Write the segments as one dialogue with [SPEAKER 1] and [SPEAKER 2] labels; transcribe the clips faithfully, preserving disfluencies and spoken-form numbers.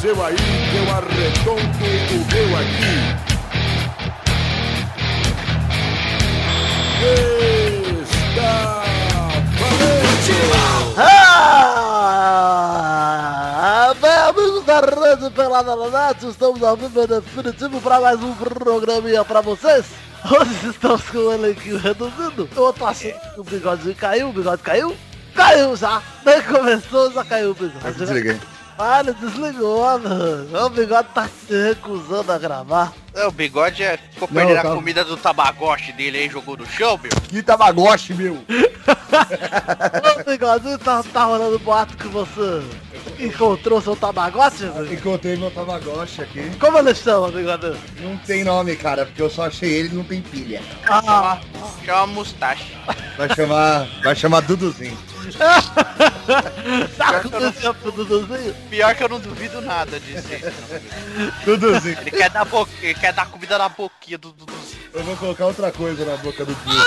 [SPEAKER 1] seu aí, que eu arredondo o meu aqui. Está valente!
[SPEAKER 2] Ah, bem, amigos da Rede Pelada na Net, estamos ao vivo em definitivo para mais um programinha para vocês. Hoje estamos com o elenquinho reduzido. Eu tô achando que o bigode caiu, o bigode caiu. Caiu já, nem começou, já caiu o bigode.
[SPEAKER 3] Desliguei.
[SPEAKER 2] Ah, ele desligou, mano. O bigode tá se recusando a gravar.
[SPEAKER 4] É, o bigode é, ficou perdendo
[SPEAKER 3] tá...
[SPEAKER 4] a comida do Tamagotchi dele aí, jogou no chão, meu.
[SPEAKER 3] Que Tamagotchi, meu.
[SPEAKER 2] Ô, bigode, tá, tá rolando boato que você encontrou seu Tamagotchi, velho?
[SPEAKER 3] Encontrei meu Tamagotchi aqui.
[SPEAKER 2] Como ele chama, bigode?
[SPEAKER 3] Não tem nome, cara, porque eu só achei ele e não tem pilha.
[SPEAKER 2] Ah,
[SPEAKER 4] Chama Mustache.
[SPEAKER 3] Vai chamar, vai chamar Duduzinho.
[SPEAKER 2] tá com o tempo do Duduzinho?
[SPEAKER 4] Pior que eu não duvido nada disso.
[SPEAKER 3] Duduzinho.
[SPEAKER 4] Ele quer dar, bo... ele quer dar comida na boquinha do Duduzinho.
[SPEAKER 3] Eu vou colocar outra coisa na boca do Dudu.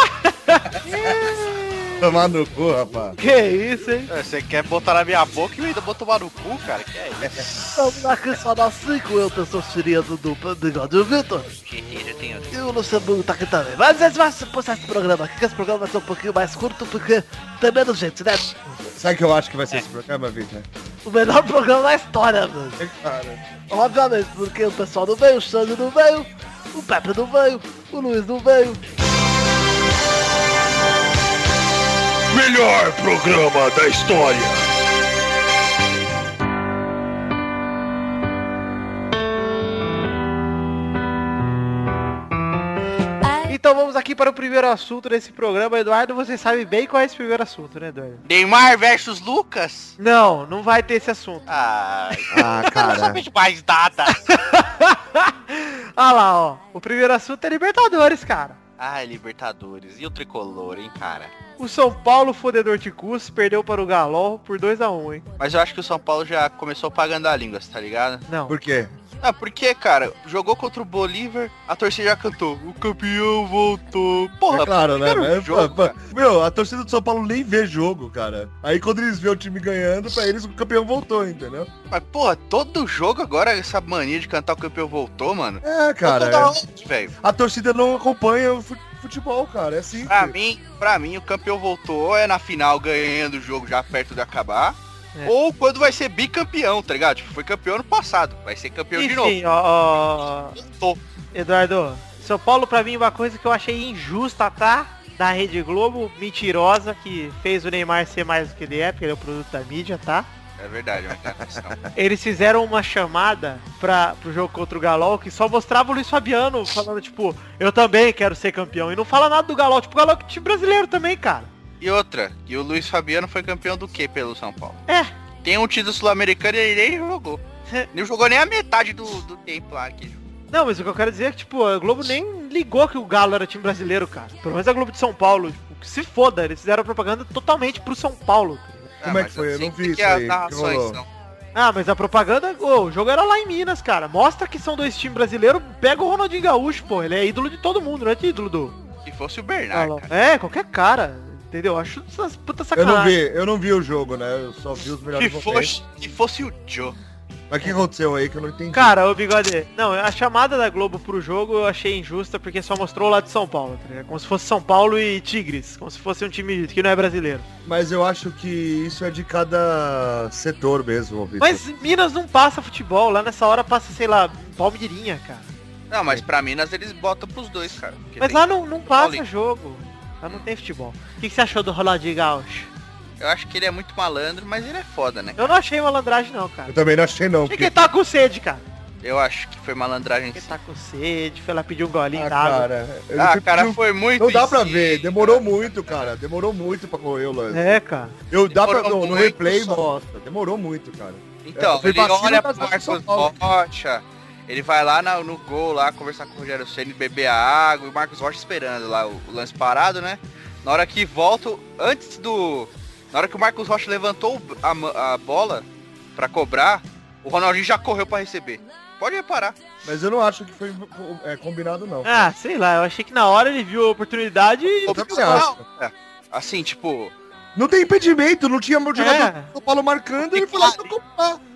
[SPEAKER 3] Tomar no cu, rapaz.
[SPEAKER 2] Que isso, hein?
[SPEAKER 4] Você quer botar na minha boca e eu ainda vou tomar no cu, cara? Que é isso?
[SPEAKER 2] Estamos aqui só nós cinco, eu, Testosteria, Dudu, Bigode e o Vitor.
[SPEAKER 4] Cheteiro, tem outro.
[SPEAKER 2] E o Luxemburgo tá aqui também. Mas a gente vai postar esse programa aqui, que esse programa vai ser um pouquinho mais curto, porque tem menos gente, né?
[SPEAKER 3] Sabe o que eu acho que vai ser esse programa, Vitor?
[SPEAKER 2] O melhor programa da história, mano.
[SPEAKER 3] Cara,
[SPEAKER 2] Obviamente, porque o pessoal não veio, o Xande não veio, o Pepe não veio, o Luiz não veio.
[SPEAKER 1] Melhor programa da história.
[SPEAKER 5] Então vamos aqui para o primeiro assunto desse programa. Eduardo, você sabe bem qual é esse primeiro assunto, né, Eduardo?
[SPEAKER 4] Neymar versus Lucas?
[SPEAKER 5] Não, não vai ter esse assunto.
[SPEAKER 4] Ah,
[SPEAKER 3] ah,
[SPEAKER 4] eu não
[SPEAKER 3] cara.
[SPEAKER 4] sabia de mais nada.
[SPEAKER 5] Olha lá, ó. O primeiro assunto é Libertadores, cara.
[SPEAKER 4] Ai, Libertadores. E o Tricolor, hein, cara?
[SPEAKER 5] O São Paulo, fodedor de cus, perdeu para o Galol por dois a um, hein?
[SPEAKER 4] Mas eu acho que o São Paulo já começou pagando a língua, tá ligado?
[SPEAKER 5] Não.
[SPEAKER 3] Por quê?
[SPEAKER 4] Ah, porque, cara, jogou contra o Bolívar, a torcida já cantou, o campeão voltou. Porra,
[SPEAKER 3] É claro, né?
[SPEAKER 4] primeiro
[SPEAKER 3] Mas,
[SPEAKER 4] jogo,
[SPEAKER 3] pô,
[SPEAKER 4] cara.
[SPEAKER 3] meu, a torcida do São Paulo nem vê jogo, cara. Aí quando eles vê o time ganhando, pra eles o campeão voltou, entendeu?
[SPEAKER 4] Mas, porra, todo jogo agora essa mania de cantar o campeão voltou, mano.
[SPEAKER 3] É, cara.
[SPEAKER 4] Toda
[SPEAKER 3] é.
[SPEAKER 4] hora, velho.
[SPEAKER 3] A torcida não acompanha o fu- futebol, cara. É assim.
[SPEAKER 4] Pra mim, pra mim, o campeão voltou é na final ganhando o jogo já perto de acabar.
[SPEAKER 5] É.
[SPEAKER 4] Ou quando vai ser bicampeão, tá ligado? Tipo, foi campeão ano passado, vai ser campeão de novo.
[SPEAKER 5] Enfim, ó, ó...
[SPEAKER 4] Voltou.
[SPEAKER 5] Eduardo, São Paulo pra mim é uma coisa que eu achei injusta, tá? Da Rede Globo, mentirosa, que fez o Neymar ser mais do que ele é, porque ele é o produto da mídia, tá?
[SPEAKER 4] É verdade, mas tem atenção.
[SPEAKER 5] Eles fizeram uma chamada pra, pro jogo contra o Galol que só mostrava o Luiz Fabiano falando, tipo, eu também quero ser campeão. E não fala nada do Galol, tipo, o Galol é time brasileiro também, cara.
[SPEAKER 4] E outra, e o Luiz Fabiano foi campeão do que pelo São Paulo?
[SPEAKER 5] É.
[SPEAKER 4] Tem um título sul-americano e ele nem jogou. Não jogou nem a metade do, do tempo lá aqui.
[SPEAKER 5] Não, mas o que eu quero dizer é que, tipo, a Globo nem ligou que o Galo era time brasileiro, cara. Pelo menos a Globo de São Paulo, tipo, que se foda, eles fizeram propaganda totalmente pro São Paulo. Tá ligado?
[SPEAKER 3] Como é
[SPEAKER 4] mas
[SPEAKER 3] que foi? Eu
[SPEAKER 4] assim
[SPEAKER 3] não vi
[SPEAKER 4] tem
[SPEAKER 3] isso
[SPEAKER 4] que
[SPEAKER 3] aí,
[SPEAKER 4] dar
[SPEAKER 3] que
[SPEAKER 4] ações,
[SPEAKER 3] rolou.
[SPEAKER 4] não.
[SPEAKER 5] Ah, mas a propaganda, ô, o jogo era lá em Minas, cara. Mostra que são dois times brasileiros, pega o Ronaldinho Gaúcho, pô. Ele é ídolo de todo mundo, não é de ídolo do...
[SPEAKER 4] Se fosse o Bernardo, cara.
[SPEAKER 5] É, qualquer cara. Entendeu? Acho essas puta
[SPEAKER 3] Eu
[SPEAKER 5] sacanagem.
[SPEAKER 3] não vi, eu não vi o jogo, né? Eu só vi os melhores
[SPEAKER 4] Que
[SPEAKER 3] momentos.
[SPEAKER 4] fosse, que fosse o Joe.
[SPEAKER 3] Mas o que aconteceu aí que eu não entendi?
[SPEAKER 5] Cara, o Bigode, não, a chamada da Globo pro jogo eu achei injusta porque só mostrou o lado de São Paulo, tá ligado? Como se fosse São Paulo e Tigres, como se fosse um time que não é brasileiro.
[SPEAKER 3] Mas eu acho que isso é de cada setor mesmo, Vitor.
[SPEAKER 5] Mas Minas não passa futebol, lá nessa hora passa, sei lá, Palmeirinha, cara.
[SPEAKER 4] Não, mas pra Minas eles botam pros dois, cara. Porque
[SPEAKER 5] Mas
[SPEAKER 4] tem-
[SPEAKER 5] lá não, não passa
[SPEAKER 4] Paulinho.
[SPEAKER 5] jogo, lá não tem futebol. O que, que você achou do Ronaldinho Gaúcho?
[SPEAKER 4] Eu acho que ele é muito malandro, mas ele é foda, né?
[SPEAKER 5] Eu não achei malandragem não, cara.
[SPEAKER 3] Eu também não achei não,
[SPEAKER 5] Achei que
[SPEAKER 3] porque...
[SPEAKER 5] ele tá com sede, cara.
[SPEAKER 4] Eu acho que foi malandragem
[SPEAKER 5] Ele
[SPEAKER 4] sim.
[SPEAKER 5] tá com sede, foi lá pedir um golinho
[SPEAKER 3] Ah,
[SPEAKER 5] d'água.
[SPEAKER 3] cara... ele
[SPEAKER 4] Ah,
[SPEAKER 3] foi-
[SPEAKER 4] cara,
[SPEAKER 3] não-
[SPEAKER 4] foi muito
[SPEAKER 3] Não dá pra
[SPEAKER 4] em si,
[SPEAKER 3] ver, demorou
[SPEAKER 4] cara.
[SPEAKER 3] muito, cara. Demorou muito pra correr o lance.
[SPEAKER 5] É, cara.
[SPEAKER 3] Eu dá pra,
[SPEAKER 4] Demorou
[SPEAKER 3] no, no
[SPEAKER 4] muito
[SPEAKER 3] replay
[SPEAKER 4] só.
[SPEAKER 3] mostra, demorou muito, cara.
[SPEAKER 4] Então,
[SPEAKER 3] É, foi
[SPEAKER 4] ele
[SPEAKER 3] vacilo
[SPEAKER 4] olha
[SPEAKER 3] das
[SPEAKER 4] pro
[SPEAKER 3] ações do São
[SPEAKER 4] Marcos
[SPEAKER 3] Paulo.
[SPEAKER 4] Rocha, ele vai lá na- no gol lá, conversar com o Rogério Ceni, beber a água, e o Marcos Rocha esperando lá o, o lance parado, né? Na hora que volta, antes do... Na hora que o Marcos Rocha levantou o- a, ma- a bola pra cobrar, o Ronaldinho já correu pra receber. Pode reparar.
[SPEAKER 3] Mas eu não acho que foi é, combinado, não.
[SPEAKER 5] Ah, sei lá, eu achei que na hora ele viu a oportunidade e...
[SPEAKER 3] Eu também acho.
[SPEAKER 4] É, assim, tipo...
[SPEAKER 3] Não tem impedimento, não tinha jogador
[SPEAKER 5] É.
[SPEAKER 3] do São Paulo marcando e ele foi lá pra comprar.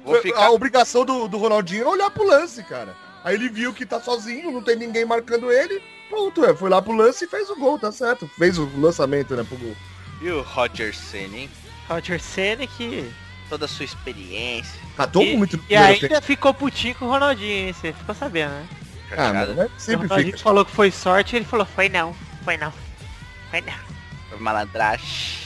[SPEAKER 4] Vou ficar...
[SPEAKER 3] A obrigação do, do Ronaldinho é olhar pro lance, cara. Aí ele viu que tá sozinho, não tem ninguém marcando ele. Pronto, é, foi lá pro lance e fez o gol, tá certo. Fez o lançamento, né, pro gol.
[SPEAKER 4] E o Roger Ceni, hein?
[SPEAKER 5] Roger Ceni que...
[SPEAKER 4] Toda a sua experiência.
[SPEAKER 3] Catou
[SPEAKER 5] E,
[SPEAKER 3] muito no
[SPEAKER 5] e
[SPEAKER 3] primeiro
[SPEAKER 5] ainda
[SPEAKER 3] tempo.
[SPEAKER 5] ficou putinho com o Ronaldinho, hein? Você ficou sabendo, né?
[SPEAKER 3] Ah,
[SPEAKER 4] Chateado.
[SPEAKER 3] mano, né?
[SPEAKER 5] O
[SPEAKER 3] Sempre
[SPEAKER 5] Ronaldinho
[SPEAKER 3] fica.
[SPEAKER 5] falou que foi sorte, ele falou, foi não, foi não, foi não.
[SPEAKER 4] Foi malandragem.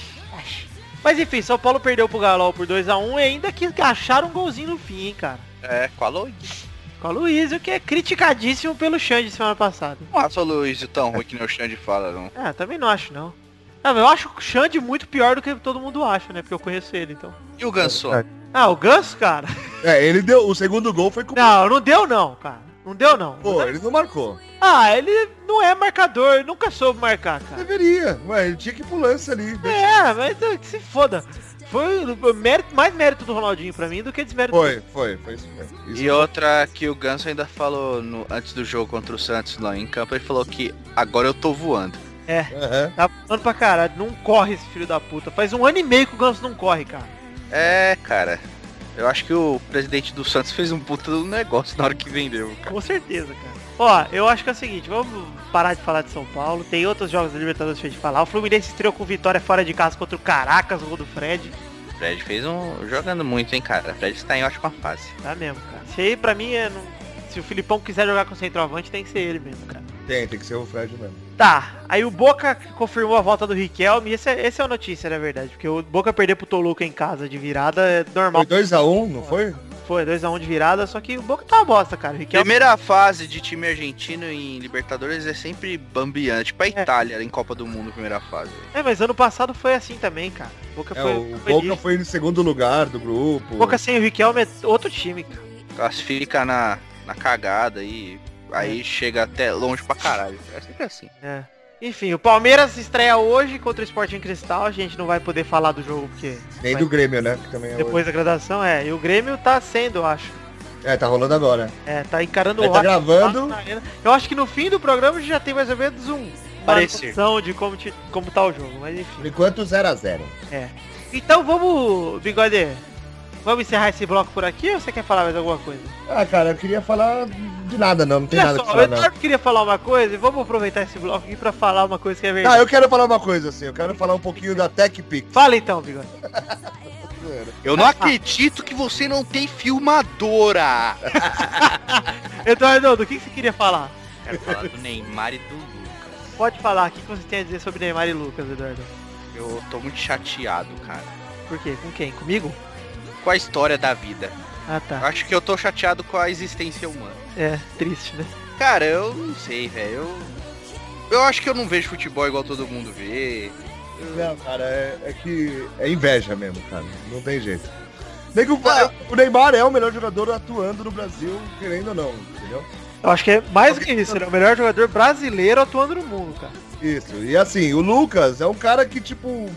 [SPEAKER 5] Mas enfim, São Paulo perdeu pro Galo por dois a um e ainda que acharam um golzinho no fim, hein, cara.
[SPEAKER 4] É, com a Luiz.
[SPEAKER 5] Com o Luizio, que é criticadíssimo pelo Xande semana passada.
[SPEAKER 4] Não acho o Luiz tão ruim que nem o Xande fala, não.
[SPEAKER 5] É, também não acho, não. Não, mas eu acho o Xande muito pior do que todo mundo acha, né? Porque eu conheço ele, então.
[SPEAKER 4] E o Ganso?
[SPEAKER 3] É.
[SPEAKER 5] Ah, o Ganso, cara?
[SPEAKER 3] É, ele deu. O segundo gol foi com.
[SPEAKER 5] Não, não deu não, cara. Não deu não.
[SPEAKER 3] Pô, ele não marcou.
[SPEAKER 5] Ah, ele não é marcador, ele nunca soube marcar, cara.
[SPEAKER 3] Deveria. Ué, ele tinha que ir pro lance ali.
[SPEAKER 5] É, mas uh, que se foda. Foi o mérito, mais mérito do Ronaldinho pra mim do que desmérito.
[SPEAKER 3] Foi, foi, foi isso mesmo. Isso
[SPEAKER 4] E outra que o Ganso ainda falou no, antes do jogo contra o Santos lá em campo, ele falou que agora eu tô voando.
[SPEAKER 5] É,
[SPEAKER 3] Aham.
[SPEAKER 5] tá voando pra caralho. Não corre esse filho da puta. Faz um ano e meio que o Ganso não corre, cara.
[SPEAKER 4] É, cara. Eu acho que o presidente do Santos fez um puta do negócio na hora que vendeu, cara.
[SPEAKER 5] Com certeza, cara. Ó, eu acho que é o seguinte, vamos parar de falar de São Paulo. Tem outros jogos da Libertadores pra gente falar. O Fluminense estreou com vitória fora de casa contra o Caracas, o gol do Fred.
[SPEAKER 4] O Fred fez um... jogando muito, hein, cara. O Fred está em ótima fase.
[SPEAKER 5] Tá mesmo, cara. Isso aí pra mim é... Não... Se o Filipão quiser jogar com centroavante, tem que ser ele mesmo, cara.
[SPEAKER 3] Tem, tem que ser o Fred mesmo.
[SPEAKER 5] Tá, aí o Boca confirmou a volta do Riquelme, esse é, esse é a notícia, na verdade, porque o Boca perder pro Toluca em casa de virada é normal.
[SPEAKER 3] Foi dois a um, não foi?
[SPEAKER 5] Foi, dois a um de virada, só que o Boca tá uma bosta, cara. O Riquelme...
[SPEAKER 4] Primeira fase de time argentino em Libertadores é sempre bambiante. Tipo a Itália em Copa do Mundo, primeira fase.
[SPEAKER 5] É, mas ano passado foi assim também, cara. O Boca
[SPEAKER 3] É,
[SPEAKER 5] foi...
[SPEAKER 3] o
[SPEAKER 5] foi
[SPEAKER 3] Boca
[SPEAKER 5] lixo.
[SPEAKER 3] foi no segundo lugar do grupo.
[SPEAKER 5] O Boca sem o Riquelme é outro time, cara.
[SPEAKER 4] Classifica na, na cagada e aí chega até longe pra caralho. É sempre assim.
[SPEAKER 5] É. Enfim, o Palmeiras estreia hoje contra o Sporting Cristal, a gente não vai poder falar do jogo porque...
[SPEAKER 3] Nem
[SPEAKER 5] vai-
[SPEAKER 3] do Grêmio, né? Que também é
[SPEAKER 5] Depois da graduação, é. E o Grêmio tá sendo, eu acho.
[SPEAKER 3] o- É, tá rolando agora.
[SPEAKER 5] É, tá encarando
[SPEAKER 3] Aí
[SPEAKER 5] o
[SPEAKER 3] tá
[SPEAKER 5] Rock
[SPEAKER 3] gravando.
[SPEAKER 5] na arena. Eu acho que no fim do programa a gente já tem mais ou menos um... Uma
[SPEAKER 4] Parecer.
[SPEAKER 5] noção de como, te- como tá o jogo, mas enfim.
[SPEAKER 3] Por enquanto, zero a zero.
[SPEAKER 5] É. Então vamos, Bigode, vamos encerrar esse bloco por aqui ou você quer falar mais alguma coisa?
[SPEAKER 3] Ah, cara, eu queria falar de nada, não. Não tem
[SPEAKER 5] Olha
[SPEAKER 3] nada
[SPEAKER 5] só,
[SPEAKER 3] pra
[SPEAKER 5] o
[SPEAKER 3] falar, não.
[SPEAKER 5] Eduardo queria falar uma coisa e vamos aproveitar esse bloco aqui pra falar uma coisa que é verdade.
[SPEAKER 3] Ah, eu quero falar uma coisa, assim. Eu quero falar um pouquinho da TechPix.
[SPEAKER 5] Fala então, Bigode.
[SPEAKER 4] Eu não acredito que você não tem filmadora.
[SPEAKER 5] Eduardo, do que que você queria falar?
[SPEAKER 4] Quero falar do Neymar e do Lucas.
[SPEAKER 5] Pode falar, o que que você tem a dizer sobre Neymar e Lucas, Eduardo?
[SPEAKER 4] Eu tô muito chateado, cara.
[SPEAKER 5] Por quê? Com quem? Comigo?
[SPEAKER 4] Com a história da vida.
[SPEAKER 5] Ah,
[SPEAKER 4] Eu
[SPEAKER 5] tá.
[SPEAKER 4] acho que eu tô chateado com a existência humana.
[SPEAKER 5] É, triste, né?
[SPEAKER 4] Cara, eu não sei, velho. Eu... eu acho que eu não vejo futebol igual todo mundo vê.
[SPEAKER 3] Não, cara, é, é que é inveja mesmo, cara. Não tem jeito. Nem que o,
[SPEAKER 4] Ah.
[SPEAKER 3] o Neymar é o melhor jogador atuando no Brasil, querendo ou não, entendeu?
[SPEAKER 5] Eu acho que é mais do que isso, ele é o melhor jogador brasileiro atuando no mundo, cara.
[SPEAKER 3] Isso. E assim, o Lucas é um cara que, tipo...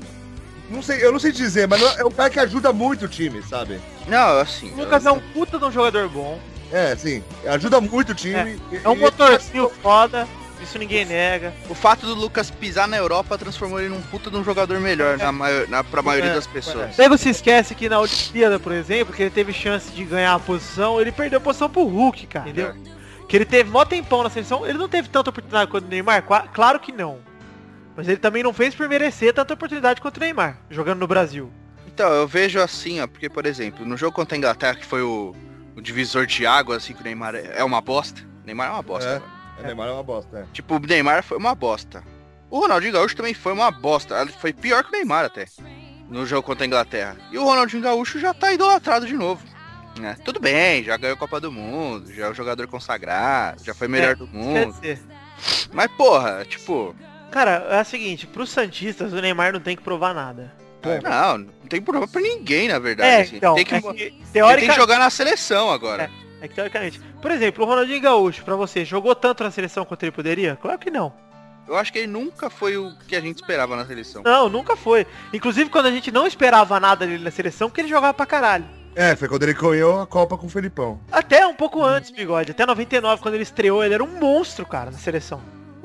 [SPEAKER 3] Não sei, eu não sei dizer, mas não- é um cara que ajuda muito o time, sabe?
[SPEAKER 4] Não, assim.
[SPEAKER 5] O Lucas é
[SPEAKER 4] eu...
[SPEAKER 5] um puta de um jogador bom,
[SPEAKER 3] É, sim. Ajuda muito o time. E-
[SPEAKER 5] é um
[SPEAKER 3] e-
[SPEAKER 5] motorzinho foda, isso ninguém nega.
[SPEAKER 4] O fato do Lucas pisar na Europa transformou ele num puta de um jogador melhor na maior, na, pra maioria
[SPEAKER 5] É,
[SPEAKER 4] das pessoas.
[SPEAKER 5] Nego se esquece que na Olimpíada, por exemplo, que ele teve chance de ganhar a posição, ele perdeu a posição pro Hulk, cara, entendeu? Que ele teve mó tempão na seleção, ele não teve tanta oportunidade quanto o Neymar, Qua- claro que não. Mas ele também não fez por merecer tanta oportunidade quanto o Neymar, jogando no Brasil.
[SPEAKER 4] Então, eu vejo assim, ó, porque, por exemplo, no jogo contra a Inglaterra, que foi o, o divisor de água, assim, que o Neymar é é uma bosta. O Neymar é uma bosta.
[SPEAKER 3] É.
[SPEAKER 4] mano.
[SPEAKER 3] O Neymar é uma bosta, é.
[SPEAKER 4] Tipo, o Neymar foi uma bosta. O Ronaldinho Gaúcho também foi uma bosta. Ele foi pior que o Neymar até. No jogo contra a Inglaterra. E o Ronaldinho Gaúcho já tá idolatrado de novo. Né? Tudo bem, já ganhou a Copa do Mundo, já é um jogador consagrado, já foi melhor
[SPEAKER 5] É,
[SPEAKER 4] do
[SPEAKER 5] Quer
[SPEAKER 4] mundo.
[SPEAKER 5] dizer,
[SPEAKER 4] Mas, porra, tipo...
[SPEAKER 5] cara, é o seguinte, pros Santistas o Neymar não tem que provar nada.
[SPEAKER 4] Não, não tem problema pra ninguém, na verdade.
[SPEAKER 5] É,
[SPEAKER 4] assim.
[SPEAKER 5] então,
[SPEAKER 4] tem, que,
[SPEAKER 5] é
[SPEAKER 4] mo-
[SPEAKER 5] que,
[SPEAKER 4] ele tem
[SPEAKER 5] teórica-
[SPEAKER 4] que jogar na seleção agora.
[SPEAKER 5] É que teoricamente. Por exemplo, o Ronaldinho Gaúcho, pra você, jogou tanto na seleção quanto ele poderia? Claro que não.
[SPEAKER 4] Eu acho que ele nunca foi o que a gente esperava na seleção.
[SPEAKER 5] Não, nunca foi. Inclusive quando a gente não esperava nada dele na seleção, porque ele jogava pra caralho.
[SPEAKER 3] É, foi quando ele ganhou a Copa com o Felipão.
[SPEAKER 5] Até um pouco antes, Bigode. Até noventa e nove, quando ele estreou, ele era um monstro, cara, na seleção. Um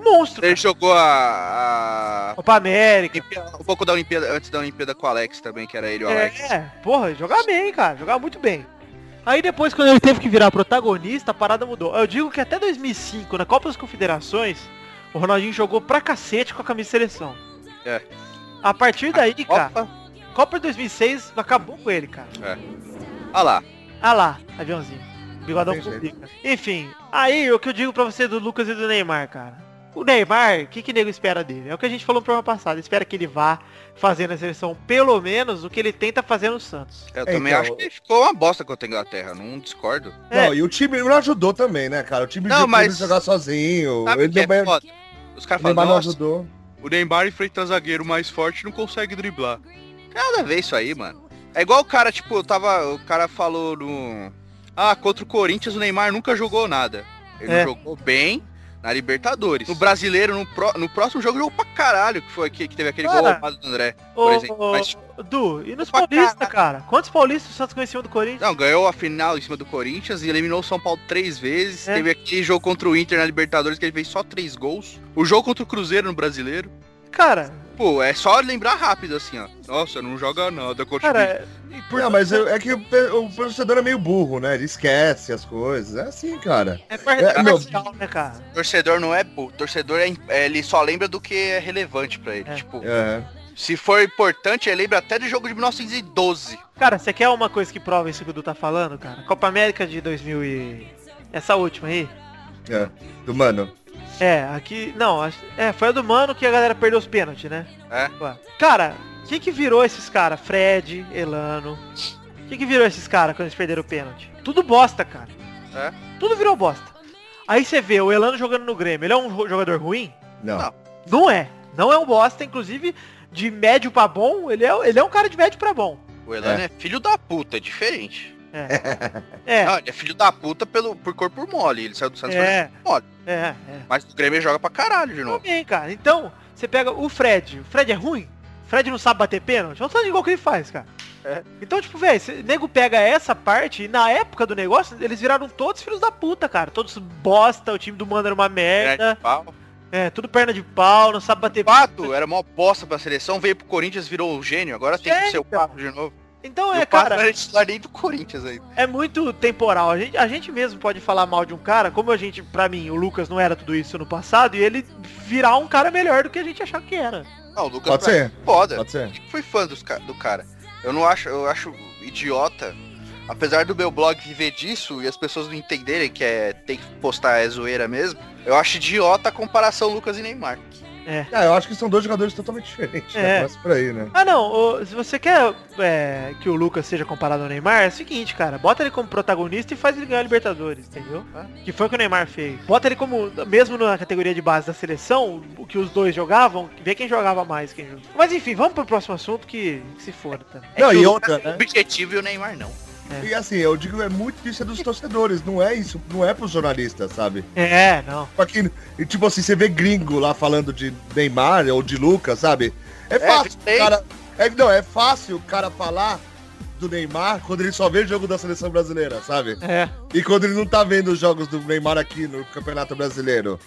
[SPEAKER 5] monstro,
[SPEAKER 4] Ele
[SPEAKER 5] cara.
[SPEAKER 4] jogou a... a...
[SPEAKER 5] Copa América.
[SPEAKER 4] Um pouco da Olimpíada, antes da Olimpíada com o Alex também, que era ele e o Alex.
[SPEAKER 5] É, porra, jogava bem, cara. Jogava muito bem. Aí depois, quando ele teve que virar protagonista, a parada mudou. Eu digo que até dois mil e cinco, na Copa das Confederações, o Ronaldinho jogou pra cacete com a camisa de seleção.
[SPEAKER 4] É.
[SPEAKER 5] A partir daí, cara,
[SPEAKER 4] Copa?
[SPEAKER 5] Copa de dois mil e seis acabou com ele, cara.
[SPEAKER 4] É. Olha lá.
[SPEAKER 5] Ah lá, aviãozinho. Bigodão
[SPEAKER 3] Tem jeito.
[SPEAKER 5] publica. Enfim, aí o que eu digo pra você do Lucas e do Neymar, cara. O Neymar, o que que nego espera dele? É o que a gente falou no programa passado. Espera que ele vá fazer na seleção pelo menos o que ele tenta fazer no Santos.
[SPEAKER 4] Eu
[SPEAKER 3] É,
[SPEAKER 4] também
[SPEAKER 3] então,
[SPEAKER 4] acho que ficou uma bosta contra a Inglaterra, não discordo.
[SPEAKER 5] É.
[SPEAKER 3] Não, e o time não ajudou também, né, cara? O time
[SPEAKER 4] Não,
[SPEAKER 3] viu
[SPEAKER 4] mas-
[SPEAKER 3] ele jogar sozinho.
[SPEAKER 4] Sabe o
[SPEAKER 3] Ele
[SPEAKER 4] que é
[SPEAKER 3] não vai-
[SPEAKER 4] foda? Os caras
[SPEAKER 3] o
[SPEAKER 4] falam,
[SPEAKER 3] Neymar não
[SPEAKER 4] nossa,
[SPEAKER 3] ajudou.
[SPEAKER 4] o Neymar enfrenta zagueiro mais forte e não consegue driblar. Nada a ver isso aí, mano. É igual o cara, tipo, eu tava. O cara falou no. Ah, contra o Corinthians o Neymar nunca jogou nada. Ele
[SPEAKER 5] É.
[SPEAKER 4] não jogou bem na Libertadores. No brasileiro, no, pró- no próximo jogo, jogou pra caralho, que foi aqui, que teve aquele
[SPEAKER 5] Cara,
[SPEAKER 4] gol roubado do André, por
[SPEAKER 5] Ô,
[SPEAKER 4] exemplo.
[SPEAKER 5] ô,
[SPEAKER 4] Mas,
[SPEAKER 5] Du, e nos
[SPEAKER 4] Pra
[SPEAKER 5] paulistas, cara? Quantos paulistas o Santos conheciam do Corinthians?
[SPEAKER 4] não, ganhou a final em cima do Corinthians e eliminou o São Paulo três vezes.
[SPEAKER 5] É.
[SPEAKER 4] Teve aquele jogo contra o Inter na Libertadores que ele fez só três gols. O jogo contra o Cruzeiro no brasileiro.
[SPEAKER 5] Cara,
[SPEAKER 4] Pô, é só lembrar rápido assim, ó. Nossa, não joga nada contra o
[SPEAKER 5] cara... e por-
[SPEAKER 3] Não, mas eu- é que o, pe- o torcedor é meio burro, né? Ele esquece as coisas. É assim, cara.
[SPEAKER 5] É, par-
[SPEAKER 3] É,
[SPEAKER 5] é
[SPEAKER 3] meu-
[SPEAKER 5] parcial, né, cara?
[SPEAKER 4] Torcedor não é burro, torcedor é, é- ele só lembra do que é relevante pra ele.
[SPEAKER 5] É.
[SPEAKER 4] Tipo,
[SPEAKER 3] É.
[SPEAKER 4] se for importante, ele lembra até do jogo de mil novecentos e doze.
[SPEAKER 5] Cara, você quer uma coisa que prova isso que o Du tá falando, cara? Copa América de dois mil e... Essa última aí?
[SPEAKER 3] É. Do mano.
[SPEAKER 5] É, aqui... Não, acho- é, foi a do Mano que a galera perdeu os pênaltis, né?
[SPEAKER 4] É.
[SPEAKER 5] Ué. Cara, o que que virou esses caras? Fred, Elano... O que que virou esses caras quando eles perderam o pênalti? Tudo bosta, cara.
[SPEAKER 4] É.
[SPEAKER 5] Tudo virou bosta. Aí você vê o Elano jogando no Grêmio. Ele é um jo- jogador ruim?
[SPEAKER 3] Não.
[SPEAKER 4] Não.
[SPEAKER 5] Não é. Não é um bosta, inclusive de médio pra bom, ele é, ele é um cara de médio pra bom.
[SPEAKER 4] O Elano é. filho da puta, é diferente.
[SPEAKER 5] É. É,
[SPEAKER 4] Não, ele é filho da puta pelo, por corpo mole. Ele saiu do Santos
[SPEAKER 5] É.
[SPEAKER 4] por corpo mole.
[SPEAKER 5] é, é.
[SPEAKER 4] Mas o Grêmio joga pra caralho de novo.
[SPEAKER 5] Também, cara. Então, você pega o Fred. O Fred é ruim? O Fred não sabe bater pênalti? Olha o tanto de gol que ele faz, cara.
[SPEAKER 4] É.
[SPEAKER 5] Então, tipo, velho, o nego pega essa parte e na época do negócio, eles viraram todos filhos da puta, cara. Todos bosta, o time do Mano era uma merda.
[SPEAKER 4] Pau.
[SPEAKER 5] É, tudo perna de pau, não sabe bater
[SPEAKER 4] Pato era mó bosta pra seleção, veio pro Corinthians, virou o gênio. Agora tem
[SPEAKER 5] É,
[SPEAKER 4] que ser o
[SPEAKER 5] então.
[SPEAKER 4] Pato de novo.
[SPEAKER 5] Então
[SPEAKER 4] E
[SPEAKER 5] é,
[SPEAKER 4] o Pato
[SPEAKER 5] cara,
[SPEAKER 4] não era titular nem do Corinthians aí.
[SPEAKER 5] é muito temporal. A gente, a gente mesmo pode falar mal de um cara, como a gente, pra mim, o Lucas não era tudo isso no passado, e ele virar um cara melhor do que a gente achava que era.
[SPEAKER 4] Não, o Lucas
[SPEAKER 3] Pode
[SPEAKER 4] pra-
[SPEAKER 3] ser.
[SPEAKER 4] foda.
[SPEAKER 3] Pode ser.
[SPEAKER 4] Eu fui fã dos ca- do cara. Eu não acho, eu acho idiota. Apesar do meu blog viver disso e as pessoas não entenderem que é tem que postar é zoeira mesmo, eu acho idiota a comparação Lucas e Neymar.
[SPEAKER 3] Ah, eu acho que são dois jogadores totalmente diferentes.
[SPEAKER 5] É.
[SPEAKER 3] Né? Começa por aí, né?
[SPEAKER 5] Ah não, ô, se você quer é, que o Lucas seja comparado ao Neymar, é o seguinte, cara, bota ele como protagonista e faz ele ganhar a Libertadores, entendeu? Que foi o que o Neymar fez. Bota ele como, mesmo na categoria de base da seleção, o que os dois jogavam, vê quem jogava mais, quem jogava. Mas enfim, vamos pro próximo assunto que, que se for, tá?
[SPEAKER 3] Não,
[SPEAKER 4] que
[SPEAKER 3] e
[SPEAKER 4] o
[SPEAKER 3] outra,
[SPEAKER 4] Lucas é
[SPEAKER 3] né?
[SPEAKER 4] objetivo e o Neymar não.
[SPEAKER 3] E assim, eu digo, é muito disso é dos torcedores, não é isso, não é pros jornalistas, sabe?
[SPEAKER 5] É, não.
[SPEAKER 3] Aqui, e tipo assim, você vê gringo lá falando de Neymar ou de Lucas, sabe? É fácil,
[SPEAKER 4] tem.
[SPEAKER 3] cara. É, não, é fácil o cara falar do Neymar quando ele só vê o jogo da seleção brasileira, sabe?
[SPEAKER 5] É.
[SPEAKER 3] E quando ele não tá vendo os jogos do Neymar aqui no Campeonato Brasileiro.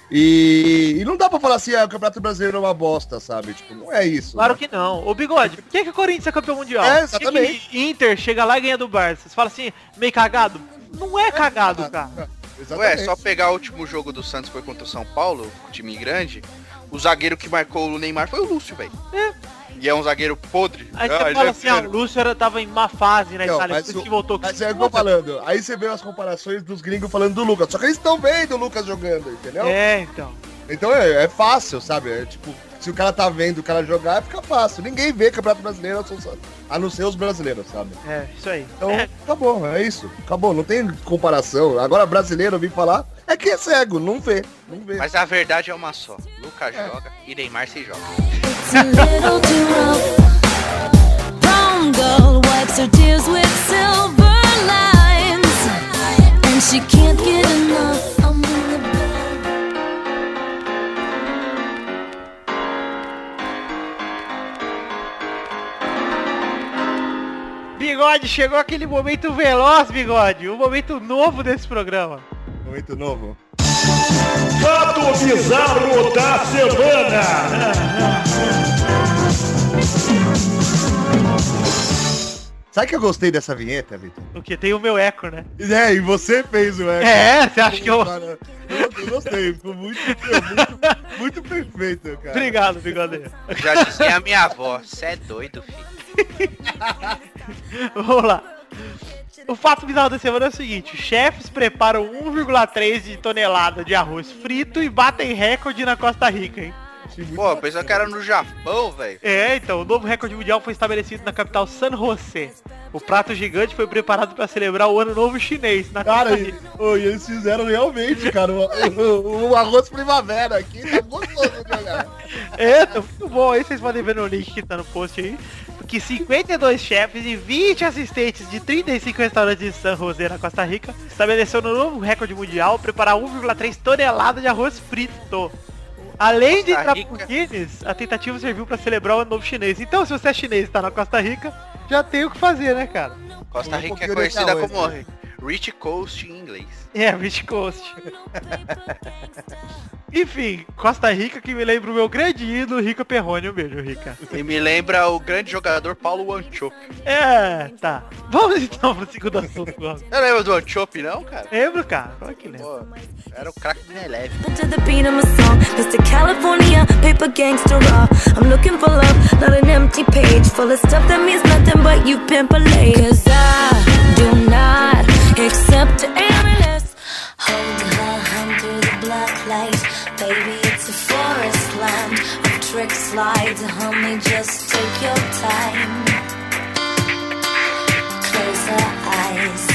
[SPEAKER 3] E, e não dá pra falar assim, ah, o Campeonato Brasileiro é uma bosta, sabe? Tipo, não é isso.
[SPEAKER 5] Claro
[SPEAKER 3] né?
[SPEAKER 5] que não. Ô Bigode, por que, que o Corinthians é campeão mundial?
[SPEAKER 3] É,
[SPEAKER 5] Por que
[SPEAKER 3] exatamente.
[SPEAKER 5] que Inter chega lá e ganha do Barça? Você fala assim, meio cagado? Não é cagado, cara.
[SPEAKER 4] Ué,
[SPEAKER 3] Exatamente.
[SPEAKER 4] só pegar o último jogo do Santos foi contra o São Paulo, um time grande. O zagueiro que marcou o Neymar foi o Lúcio, velho.
[SPEAKER 5] É.
[SPEAKER 4] E é um zagueiro podre.
[SPEAKER 5] Aí
[SPEAKER 4] Ah,
[SPEAKER 5] você
[SPEAKER 4] ele
[SPEAKER 5] fala
[SPEAKER 4] é
[SPEAKER 5] assim, ah, o
[SPEAKER 4] feio.
[SPEAKER 5] Lúcio era, tava em má fase na
[SPEAKER 3] Não,
[SPEAKER 5] Itália,
[SPEAKER 3] mas
[SPEAKER 5] por isso
[SPEAKER 3] o-
[SPEAKER 5] que voltou com
[SPEAKER 3] Mas é o que eu tô falando. Aí você vê as comparações dos gringos falando do Lucas. Só que eles estão vendo o Lucas jogando, entendeu?
[SPEAKER 5] É, então.
[SPEAKER 3] Então é, é fácil, sabe? É tipo, se o cara tá vendo o cara jogar, fica fácil. Ninguém vê Campeonato Brasileiro a não ser os brasileiros, sabe?
[SPEAKER 5] É, isso aí.
[SPEAKER 3] Então,
[SPEAKER 5] É,
[SPEAKER 3] acabou, é isso. Acabou, não tem comparação. Agora, brasileiro, eu vim falar, é que é cego, não vê, não vê.
[SPEAKER 4] Mas a verdade é uma só. Lucas joga e Neymar se joga.
[SPEAKER 6] It's a little too rough. Brown girl wipes her tears with silver lines, and she can't get enough. I'm in the bed.
[SPEAKER 5] Bigode, chegou aquele momento veloz, Bigode. Um momento novo desse programa.
[SPEAKER 3] Muito novo.
[SPEAKER 7] Fato bizarro da semana.
[SPEAKER 3] Sabe que eu gostei dessa vinheta, Vitor?
[SPEAKER 5] O que? Tem o meu eco, né?
[SPEAKER 3] É, e você fez o eco.
[SPEAKER 5] É, você acha que eu...
[SPEAKER 3] Cara, eu, eu gostei, ficou muito, muito, muito perfeito, cara.
[SPEAKER 5] Obrigado, bigodeiro.
[SPEAKER 4] Já dizia a minha avó, cê é doido, filho.
[SPEAKER 5] Vamos lá. O fato bizarro da semana é o seguinte: chefes preparam um vírgula três de tonelada de arroz frito e batem recorde na Costa Rica, hein?
[SPEAKER 4] Pô, pensou que era no Japão, velho.
[SPEAKER 5] É, então, o novo recorde mundial foi estabelecido na capital San José. O prato gigante foi preparado para celebrar o ano novo chinês na
[SPEAKER 3] Cara,
[SPEAKER 5] Costa
[SPEAKER 3] e,
[SPEAKER 5] Rica.
[SPEAKER 3] oh, e eles fizeram realmente, cara, o, o, o arroz primavera aqui, tá gostoso de olhar.
[SPEAKER 5] É, tá muito bom. Aí vocês podem ver no link que tá no post aí. Que cinquenta e dois chefes e vinte assistentes de trinta e cinco restaurantes de San José, na Costa Rica, estabeleceu no novo recorde mundial preparar um vírgula três toneladas de arroz frito. Além de entrar pro Guinness, a tentativa serviu pra celebrar o ano novo chinês. Então, se você é chinês e tá na Costa Rica, já tem o que fazer, né, cara?
[SPEAKER 4] Costa
[SPEAKER 3] Um
[SPEAKER 4] Rica é
[SPEAKER 3] pouquinho
[SPEAKER 4] conhecida
[SPEAKER 3] desse
[SPEAKER 4] como
[SPEAKER 3] arroz,
[SPEAKER 4] Rich Coast em inglês.
[SPEAKER 5] É, Rich Coast. Enfim, Costa Rica, que me lembra o meu grande ídolo, Rica Perrone. Um beijo, Rica.
[SPEAKER 4] E me lembra o grande jogador Paulo Wanchope.
[SPEAKER 5] É, tá. Vamos então pro segundo assunto. Vamos.
[SPEAKER 4] Você lembra do Wanchope, não, cara?
[SPEAKER 5] Lembro, cara? Olha que lembro.
[SPEAKER 4] Pô, era o craque do Eleve.
[SPEAKER 6] To the beat of my song, Mister California, paper gangster raw. I'm looking for love, not an empty page full of stuff that means nothing but you pimp a lady. Cause I do not accept any less. Hold her hand through the black light. Baby, it's a forest land of trick slides. Honey, just take your time. Close her eyes.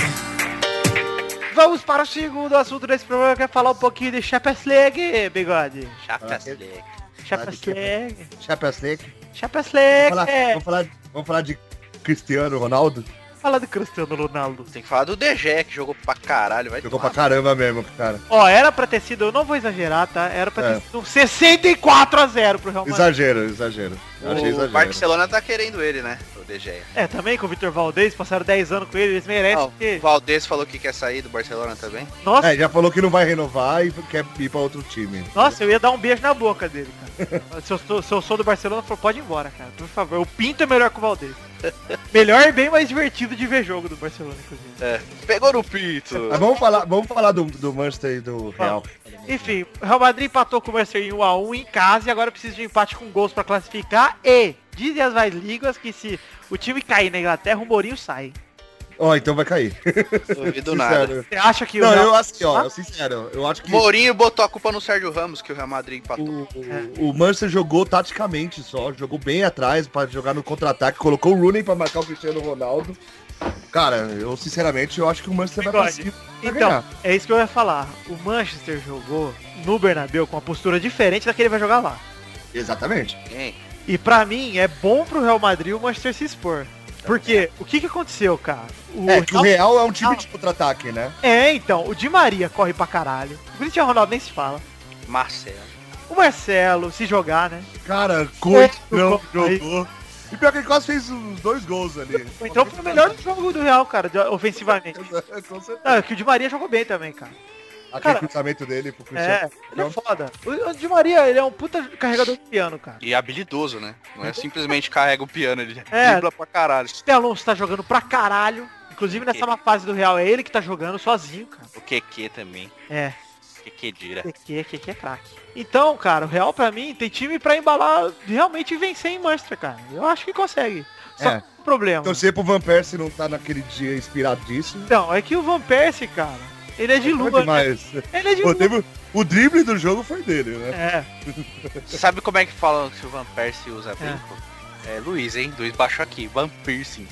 [SPEAKER 5] Vamos para o segundo assunto desse programa, que é falar um pouquinho de Champions League, bigode.
[SPEAKER 4] Champions League.
[SPEAKER 5] Champions League.
[SPEAKER 3] Champions League.
[SPEAKER 5] Champions League.
[SPEAKER 3] Vamos falar,
[SPEAKER 5] É.
[SPEAKER 3] vamos, falar, vamos falar de Cristiano Ronaldo?
[SPEAKER 5] Falar do Cristiano Ronaldo.
[SPEAKER 4] Tem que falar do D G, que jogou pra caralho. Vai
[SPEAKER 3] Jogou pra
[SPEAKER 4] tomar.
[SPEAKER 3] caramba mesmo, cara.
[SPEAKER 5] Ó, era pra ter sido, eu não vou exagerar, tá? Era pra ter
[SPEAKER 3] É.
[SPEAKER 5] sido um sessenta e quatro a zero pro Real Madrid.
[SPEAKER 3] Exagero, exagero. Eu achei
[SPEAKER 4] O
[SPEAKER 3] exagero.
[SPEAKER 4] Barcelona tá querendo ele, né? O D G.
[SPEAKER 5] É, também com o Vitor Valdez, passaram dez anos com ele, eles merecem.
[SPEAKER 4] Não,
[SPEAKER 5] porque...
[SPEAKER 4] o Valdez falou que quer sair do Barcelona também.
[SPEAKER 5] Nossa,
[SPEAKER 3] É, já falou que não vai renovar e quer ir pra outro time.
[SPEAKER 5] nossa, eu ia dar um beijo na boca dele, cara. se, eu sou, se eu sou do Barcelona, eu falo, pode ir embora, cara, por favor. O Pinto é melhor que o Valdez. Melhor e bem mais divertido de ver jogo do Barcelona, inclusive.
[SPEAKER 4] É. Pegou no pito.
[SPEAKER 3] Mas vamos falar, vamos falar do, do Manchester e do Real.
[SPEAKER 5] Enfim, o Real Madrid empatou com o Manchester em um a um em casa e agora precisa de um empate com gols pra classificar. E dizem as mais línguas que se o time cair na Inglaterra, o Mourinho sai.
[SPEAKER 3] Ó, então vai cair.
[SPEAKER 4] Duvido nada.
[SPEAKER 5] Você acha que
[SPEAKER 3] Não,
[SPEAKER 5] o Real...
[SPEAKER 3] eu assim, ó, eu sincero, eu acho que
[SPEAKER 4] Mourinho botou a culpa no Sérgio Ramos, que o Real Madrid empatou.
[SPEAKER 3] o, o, o Manchester jogou taticamente só, jogou bem atrás pra jogar no contra-ataque, colocou o Rooney pra marcar o Cristiano Ronaldo. Cara, eu sinceramente eu acho que o Manchester vai pra
[SPEAKER 5] Bigode.
[SPEAKER 3] cima pra
[SPEAKER 5] Então,
[SPEAKER 3] ganhar.
[SPEAKER 5] é isso que eu ia falar. O Manchester jogou no Bernabéu com uma postura diferente da que ele vai jogar lá.
[SPEAKER 3] Exatamente.
[SPEAKER 4] Quem?
[SPEAKER 5] E pra mim, é bom pro Real Madrid o Manchester se expor. Porque, o que que aconteceu, cara? O
[SPEAKER 3] É que o Real é um time
[SPEAKER 5] Ah.
[SPEAKER 3] de contra-ataque, né?
[SPEAKER 5] É, então, o Di Maria corre pra caralho. O Cristiano Ronaldo nem se fala.
[SPEAKER 4] Marcelo.
[SPEAKER 5] O Marcelo, se jogar, né?
[SPEAKER 3] Cara, coito não
[SPEAKER 5] Aí.
[SPEAKER 3] jogou. E pior que ele quase fez os dois gols ali.
[SPEAKER 5] Então foi o melhor do jogo do Real, cara, de- ofensivamente.
[SPEAKER 3] Com certeza.
[SPEAKER 5] Não, é que o Di Maria jogou bem também, cara.
[SPEAKER 3] Aquele
[SPEAKER 5] Cara,
[SPEAKER 3] cruzamento dele pro Cristiano.
[SPEAKER 5] É, ele é foda. O, o Di Maria, ele é um puta carregador de piano, cara.
[SPEAKER 4] E habilidoso, né? Não é simplesmente carrega o piano, ele
[SPEAKER 5] É.
[SPEAKER 4] dribla pra caralho.
[SPEAKER 5] O Alonso tá jogando pra caralho. Inclusive nessa uma fase do Real, é ele que tá jogando sozinho, cara.
[SPEAKER 4] O Q Q também.
[SPEAKER 5] É,
[SPEAKER 4] Q Q dira.
[SPEAKER 5] Q Q é craque. Então, cara, o Real pra mim tem time pra embalar, realmente vencer em Manchester, cara. Eu acho que consegue. Só
[SPEAKER 3] É.
[SPEAKER 5] que tem um problema.
[SPEAKER 3] Torcer pro Van Persie não tá naquele dia inspiradíssimo.
[SPEAKER 5] Então, é que o Van Persie, cara, ele é de
[SPEAKER 3] Foi
[SPEAKER 5] lua.
[SPEAKER 3] demais.
[SPEAKER 5] Ele é de
[SPEAKER 3] Pô,
[SPEAKER 5] lua.
[SPEAKER 3] teve- o drible do jogo foi dele, né?
[SPEAKER 5] É.
[SPEAKER 4] Você sabe como é que falam que o Van Persie usa brinco? É, Luiz, hein? Luiz baixou aqui. Van Piercing.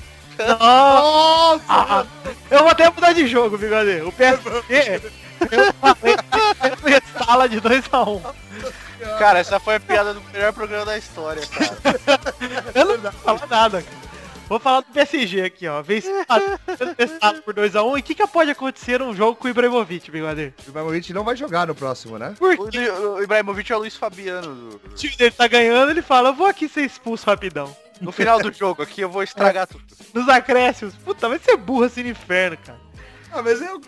[SPEAKER 5] Nossa! Ah, eu vou até mudar de jogo, bigode. O P S G, eu falei que ele sala de dois a um.
[SPEAKER 4] Cara, essa foi a piada do melhor programa da história, cara.
[SPEAKER 5] Eu não vou falar nada, cara. Vou falar do P S G aqui, ó. Vencido por dois a um. E o que, que pode acontecer num jogo com o Ibrahimovic, bigode?
[SPEAKER 3] O Ibrahimovic não vai jogar no próximo, né?
[SPEAKER 5] Por
[SPEAKER 4] O,
[SPEAKER 5] que
[SPEAKER 4] o Ibrahimovic é o Luiz Fabiano. do-
[SPEAKER 5] o time dele tá ganhando, ele fala, eu vou aqui ser expulso rapidão.
[SPEAKER 4] No final do jogo aqui eu vou estragar tudo.
[SPEAKER 5] Nos acréscimos. Puta, vai ser burro assim no inferno, cara.
[SPEAKER 3] Ah, mas eu,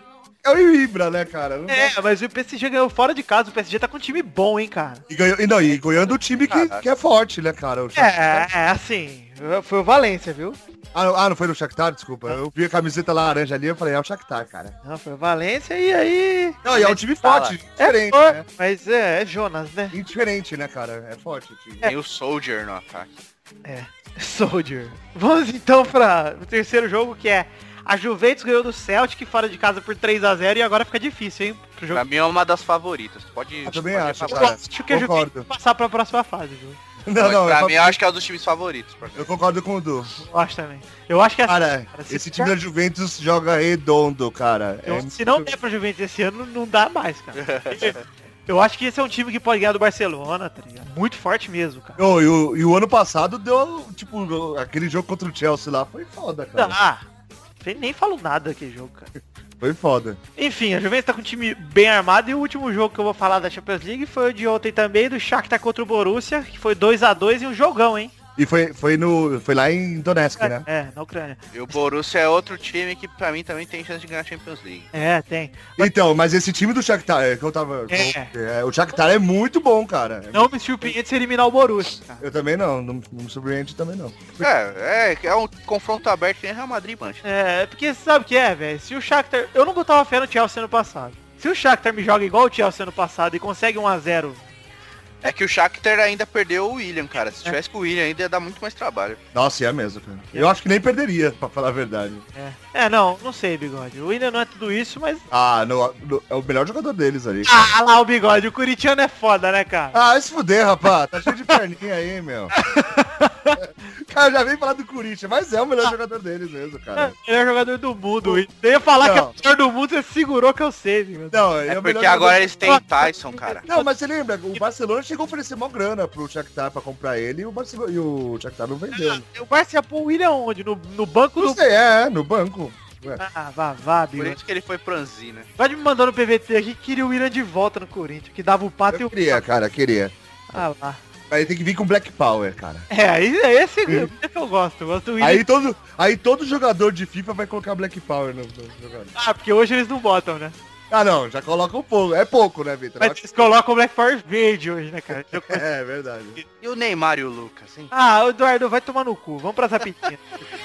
[SPEAKER 3] É o Ibra, né, cara? Não
[SPEAKER 5] É,
[SPEAKER 3] dá-
[SPEAKER 5] mas o P S G ganhou fora de casa. O P S G tá com um time bom, hein, cara.
[SPEAKER 3] E, ganhou, e, não, e ganhando o time que, que é forte, né, cara? O Shakhtar-
[SPEAKER 5] É, é assim. Foi o Valência, viu?
[SPEAKER 3] Ah, não, ah, não foi no Shakhtar, desculpa. Eu vi a camiseta laranja ali, eu falei, é o Shakhtar, cara.
[SPEAKER 5] Não, foi o Valência e aí...
[SPEAKER 3] Não, e é um time forte,
[SPEAKER 5] É
[SPEAKER 3] diferente,
[SPEAKER 5] forte,
[SPEAKER 3] né?
[SPEAKER 5] mas é, é Jonas, né?
[SPEAKER 3] Indiferente, né, cara? É forte o time.
[SPEAKER 4] Tem o Soldier no ataque.
[SPEAKER 5] É, Soldier. Vamos então para o terceiro jogo, que é a Juventus ganhou do Celtic fora de casa por três a zero e agora fica difícil, hein? Pro jogo.
[SPEAKER 4] Pra mim é uma das favoritas. Pode.
[SPEAKER 3] Eu também
[SPEAKER 4] pode
[SPEAKER 3] acho,
[SPEAKER 4] falar.
[SPEAKER 3] cara.
[SPEAKER 5] Acho que a Juventus
[SPEAKER 3] Concordo.
[SPEAKER 5] vai passar pra próxima fase, viu?
[SPEAKER 3] Não,
[SPEAKER 4] Mas
[SPEAKER 3] não,
[SPEAKER 4] pra
[SPEAKER 3] eu,
[SPEAKER 4] mim eu acho que é um dos times favoritos. pra-
[SPEAKER 3] eu concordo com o Du.
[SPEAKER 5] Eu acho também. Eu acho que assim,
[SPEAKER 3] Cara,
[SPEAKER 5] cara, se
[SPEAKER 3] esse
[SPEAKER 5] ficar-
[SPEAKER 3] time da Juventus joga redondo, cara.
[SPEAKER 5] eu-
[SPEAKER 3] É
[SPEAKER 5] se não
[SPEAKER 3] muito-
[SPEAKER 5] der pra Juventus esse ano, não dá mais, cara. Eu acho que esse é um time que pode ganhar do Barcelona, tá ligado? Muito forte mesmo, cara.
[SPEAKER 3] Ô, e, o, e o ano passado deu, tipo, aquele jogo contra o Chelsea lá foi foda, cara.
[SPEAKER 5] Ah, nem falo nada daquele jogo, cara.
[SPEAKER 3] Foi foda.
[SPEAKER 5] Enfim, a Juventus tá com um time bem armado e o último jogo que eu vou falar da Champions League foi o de ontem também, do Shakhtar contra o Borussia, que foi dois a dois e um jogão, hein?
[SPEAKER 3] E foi, foi, no, foi lá em Donetsk, né?
[SPEAKER 5] É, na Ucrânia.
[SPEAKER 4] E o Borussia é outro time que pra mim também tem chance de ganhar a Champions League.
[SPEAKER 5] É, tem.
[SPEAKER 3] Então, mas esse time do Shakhtar, é, que eu tava...
[SPEAKER 5] É.
[SPEAKER 3] é, o Shakhtar é muito bom, cara.
[SPEAKER 5] Não me surpreende se eliminar o Borussia, cara.
[SPEAKER 3] Eu também não, não, não me surpreende também não.
[SPEAKER 4] É, é, é um confronto aberto que nem Real Madrid, Manchester.
[SPEAKER 5] É, porque sabe o que é, velho? Se o Shakhtar... Eu não botava fé no Chelsea ano passado. Se o Shakhtar me joga igual o Chelsea ano passado e consegue um a zero...
[SPEAKER 4] É que o Shakhtar ainda perdeu o William, cara. Se tivesse com o William ainda ia dar muito mais trabalho.
[SPEAKER 3] Nossa, é mesmo, cara. Eu acho que nem perderia, pra falar a verdade.
[SPEAKER 5] É. é, não, não sei, Bigode. O William não é tudo isso, mas...
[SPEAKER 3] Ah, no, no- é o melhor jogador deles ali.
[SPEAKER 5] Ah, lá o Bigode. O Curitiano é foda, né, cara?
[SPEAKER 3] Ah, vai se fuder, rapaz. Tá cheio de perninha aí, meu. Cara, já vem falar do Corinthians, mas é o melhor jogador deles mesmo,
[SPEAKER 5] É
[SPEAKER 3] cara.
[SPEAKER 5] o melhor jogador do mundo. Eu ia falar que é
[SPEAKER 3] Não.
[SPEAKER 5] o melhor do mundo, você segurou que eu sei, Bigode.
[SPEAKER 3] Não,
[SPEAKER 4] É
[SPEAKER 3] o
[SPEAKER 4] porque
[SPEAKER 3] melhor
[SPEAKER 4] agora
[SPEAKER 3] jogador-
[SPEAKER 4] eles têm Tyson, cara.
[SPEAKER 3] Não, mas você lembra, o Barcelona chegou a oferecer mó grana pro Shakhtar pra comprar ele e o, Barcelona, e o Shakhtar não vendeu.
[SPEAKER 5] O Barça ia pôr o William onde? No, no banco
[SPEAKER 3] Não
[SPEAKER 5] do...
[SPEAKER 3] sei, é, no banco. Ué.
[SPEAKER 5] Ah, vá, vá,
[SPEAKER 4] Por
[SPEAKER 5] Bigode.
[SPEAKER 4] isso que ele foi pro Anzi, né?
[SPEAKER 5] Pode me mandar no P V T aqui que queria o William de volta no Corinthians, que dava o pato e
[SPEAKER 3] Eu
[SPEAKER 5] o...
[SPEAKER 3] queria, cara, queria.
[SPEAKER 5] Ah lá.
[SPEAKER 3] Aí tem que vir com Black Power, cara.
[SPEAKER 5] É, aí é esse é que eu gosto. Eu gosto do William.
[SPEAKER 3] Aí todo, aí todo jogador de FIFA vai colocar Black Power no, no jogador.
[SPEAKER 5] Ah, porque hoje eles não botam, né?
[SPEAKER 3] Ah, não, já coloca um pouco. É pouco, né, Vitor?
[SPEAKER 5] Mas eles colocam o Black Power verde hoje, né, cara? Eu-
[SPEAKER 3] É, verdade.
[SPEAKER 4] E o Neymar e o Lucas, hein?
[SPEAKER 5] Ah, o Eduardo, vai tomar no cu. Vamos pras rapidinhas.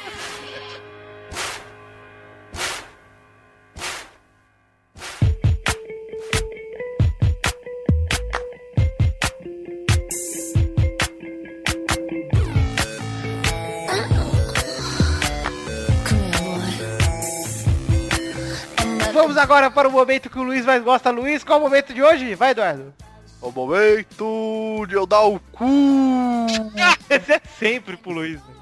[SPEAKER 5] Vamos agora para o momento que o Luiz mais gosta. Luiz, qual é o momento de hoje? Vai, Eduardo.
[SPEAKER 4] O momento de eu dar o cu.
[SPEAKER 5] Esse é sempre pro Luiz. né?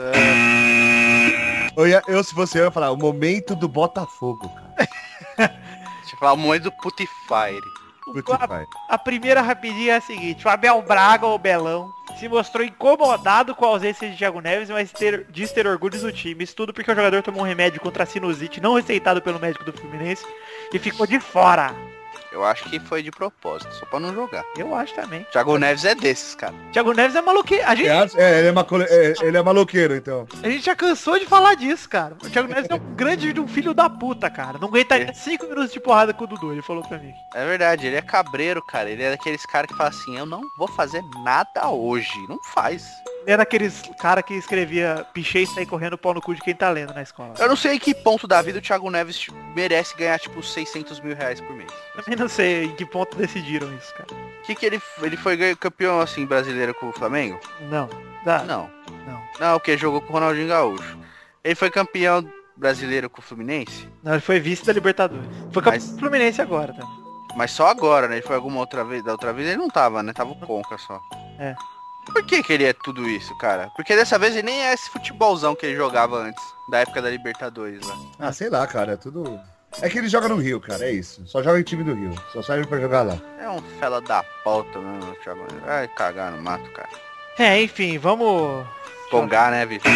[SPEAKER 3] Eu, ia- eu, se fosse eu, ia falar, o momento do Botafogo, cara.
[SPEAKER 4] Deixa eu falar o momento do Putifire.
[SPEAKER 3] Puta que pariu.
[SPEAKER 5] A primeira rapidinha é a seguinte, o Abel Braga, ou Belão, se mostrou incomodado com a ausência de Thiago Neves, mas ter, diz ter orgulho do time. Isso tudo porque o jogador tomou um remédio contra a sinusite não receitado pelo médico do Fluminense e ficou de fora.
[SPEAKER 4] Eu acho que foi de propósito, só pra não jogar.
[SPEAKER 5] Eu acho também.
[SPEAKER 4] Thiago Neves é desses, cara.
[SPEAKER 5] Thiago Neves é maluqueiro. A gente,
[SPEAKER 3] É, é, ele, é macole- é, ele é maloqueiro, então.
[SPEAKER 5] a gente já cansou de falar disso, cara. O Thiago Neves é um grande de um filho da puta, cara. Não aguentaria cinco minutos de porrada com o Dudu, ele falou pra mim.
[SPEAKER 4] É verdade, ele é cabreiro, cara. Ele é daqueles caras que fala assim, eu não vou fazer nada hoje. Não faz.
[SPEAKER 5] Ele era aqueles cara que escrevia pichei e sair correndo pau no cu de quem tá lendo na escola.
[SPEAKER 4] Eu não sei em que ponto da vida o Thiago Neves tipo, merece ganhar, tipo, seiscentos mil reais por mês.
[SPEAKER 5] Também não sei em que ponto decidiram isso, cara.
[SPEAKER 4] O que que ele... Ele foi ganha- campeão, assim, brasileiro com o Flamengo?
[SPEAKER 5] Não. Dá.
[SPEAKER 4] Não.
[SPEAKER 5] Não.
[SPEAKER 4] Não, o que? Jogou com o Ronaldinho Gaúcho. Ele foi campeão brasileiro com o Fluminense?
[SPEAKER 5] Não, ele foi vice da Libertadores. Foi campeão
[SPEAKER 4] Mas-
[SPEAKER 5] do Fluminense agora, tá?
[SPEAKER 4] Mas só agora, né? Ele foi alguma outra vez? Da outra vez ele não tava, né? Tava o Conca só.
[SPEAKER 5] É.
[SPEAKER 4] Por que que ele é tudo isso, cara? Porque dessa vez ele nem é esse futebolzão que ele jogava antes, da época da Libertadores, né?
[SPEAKER 3] Ah, sei lá, cara, é tudo... É que ele joga no Rio, cara, é isso. Só joga em time do Rio. Só serve pra jogar lá.
[SPEAKER 4] É um fela da pauta, né, Thiago? Vai cagar no mato, cara.
[SPEAKER 5] É, enfim, vamos...
[SPEAKER 4] Pongar, né, Vitor?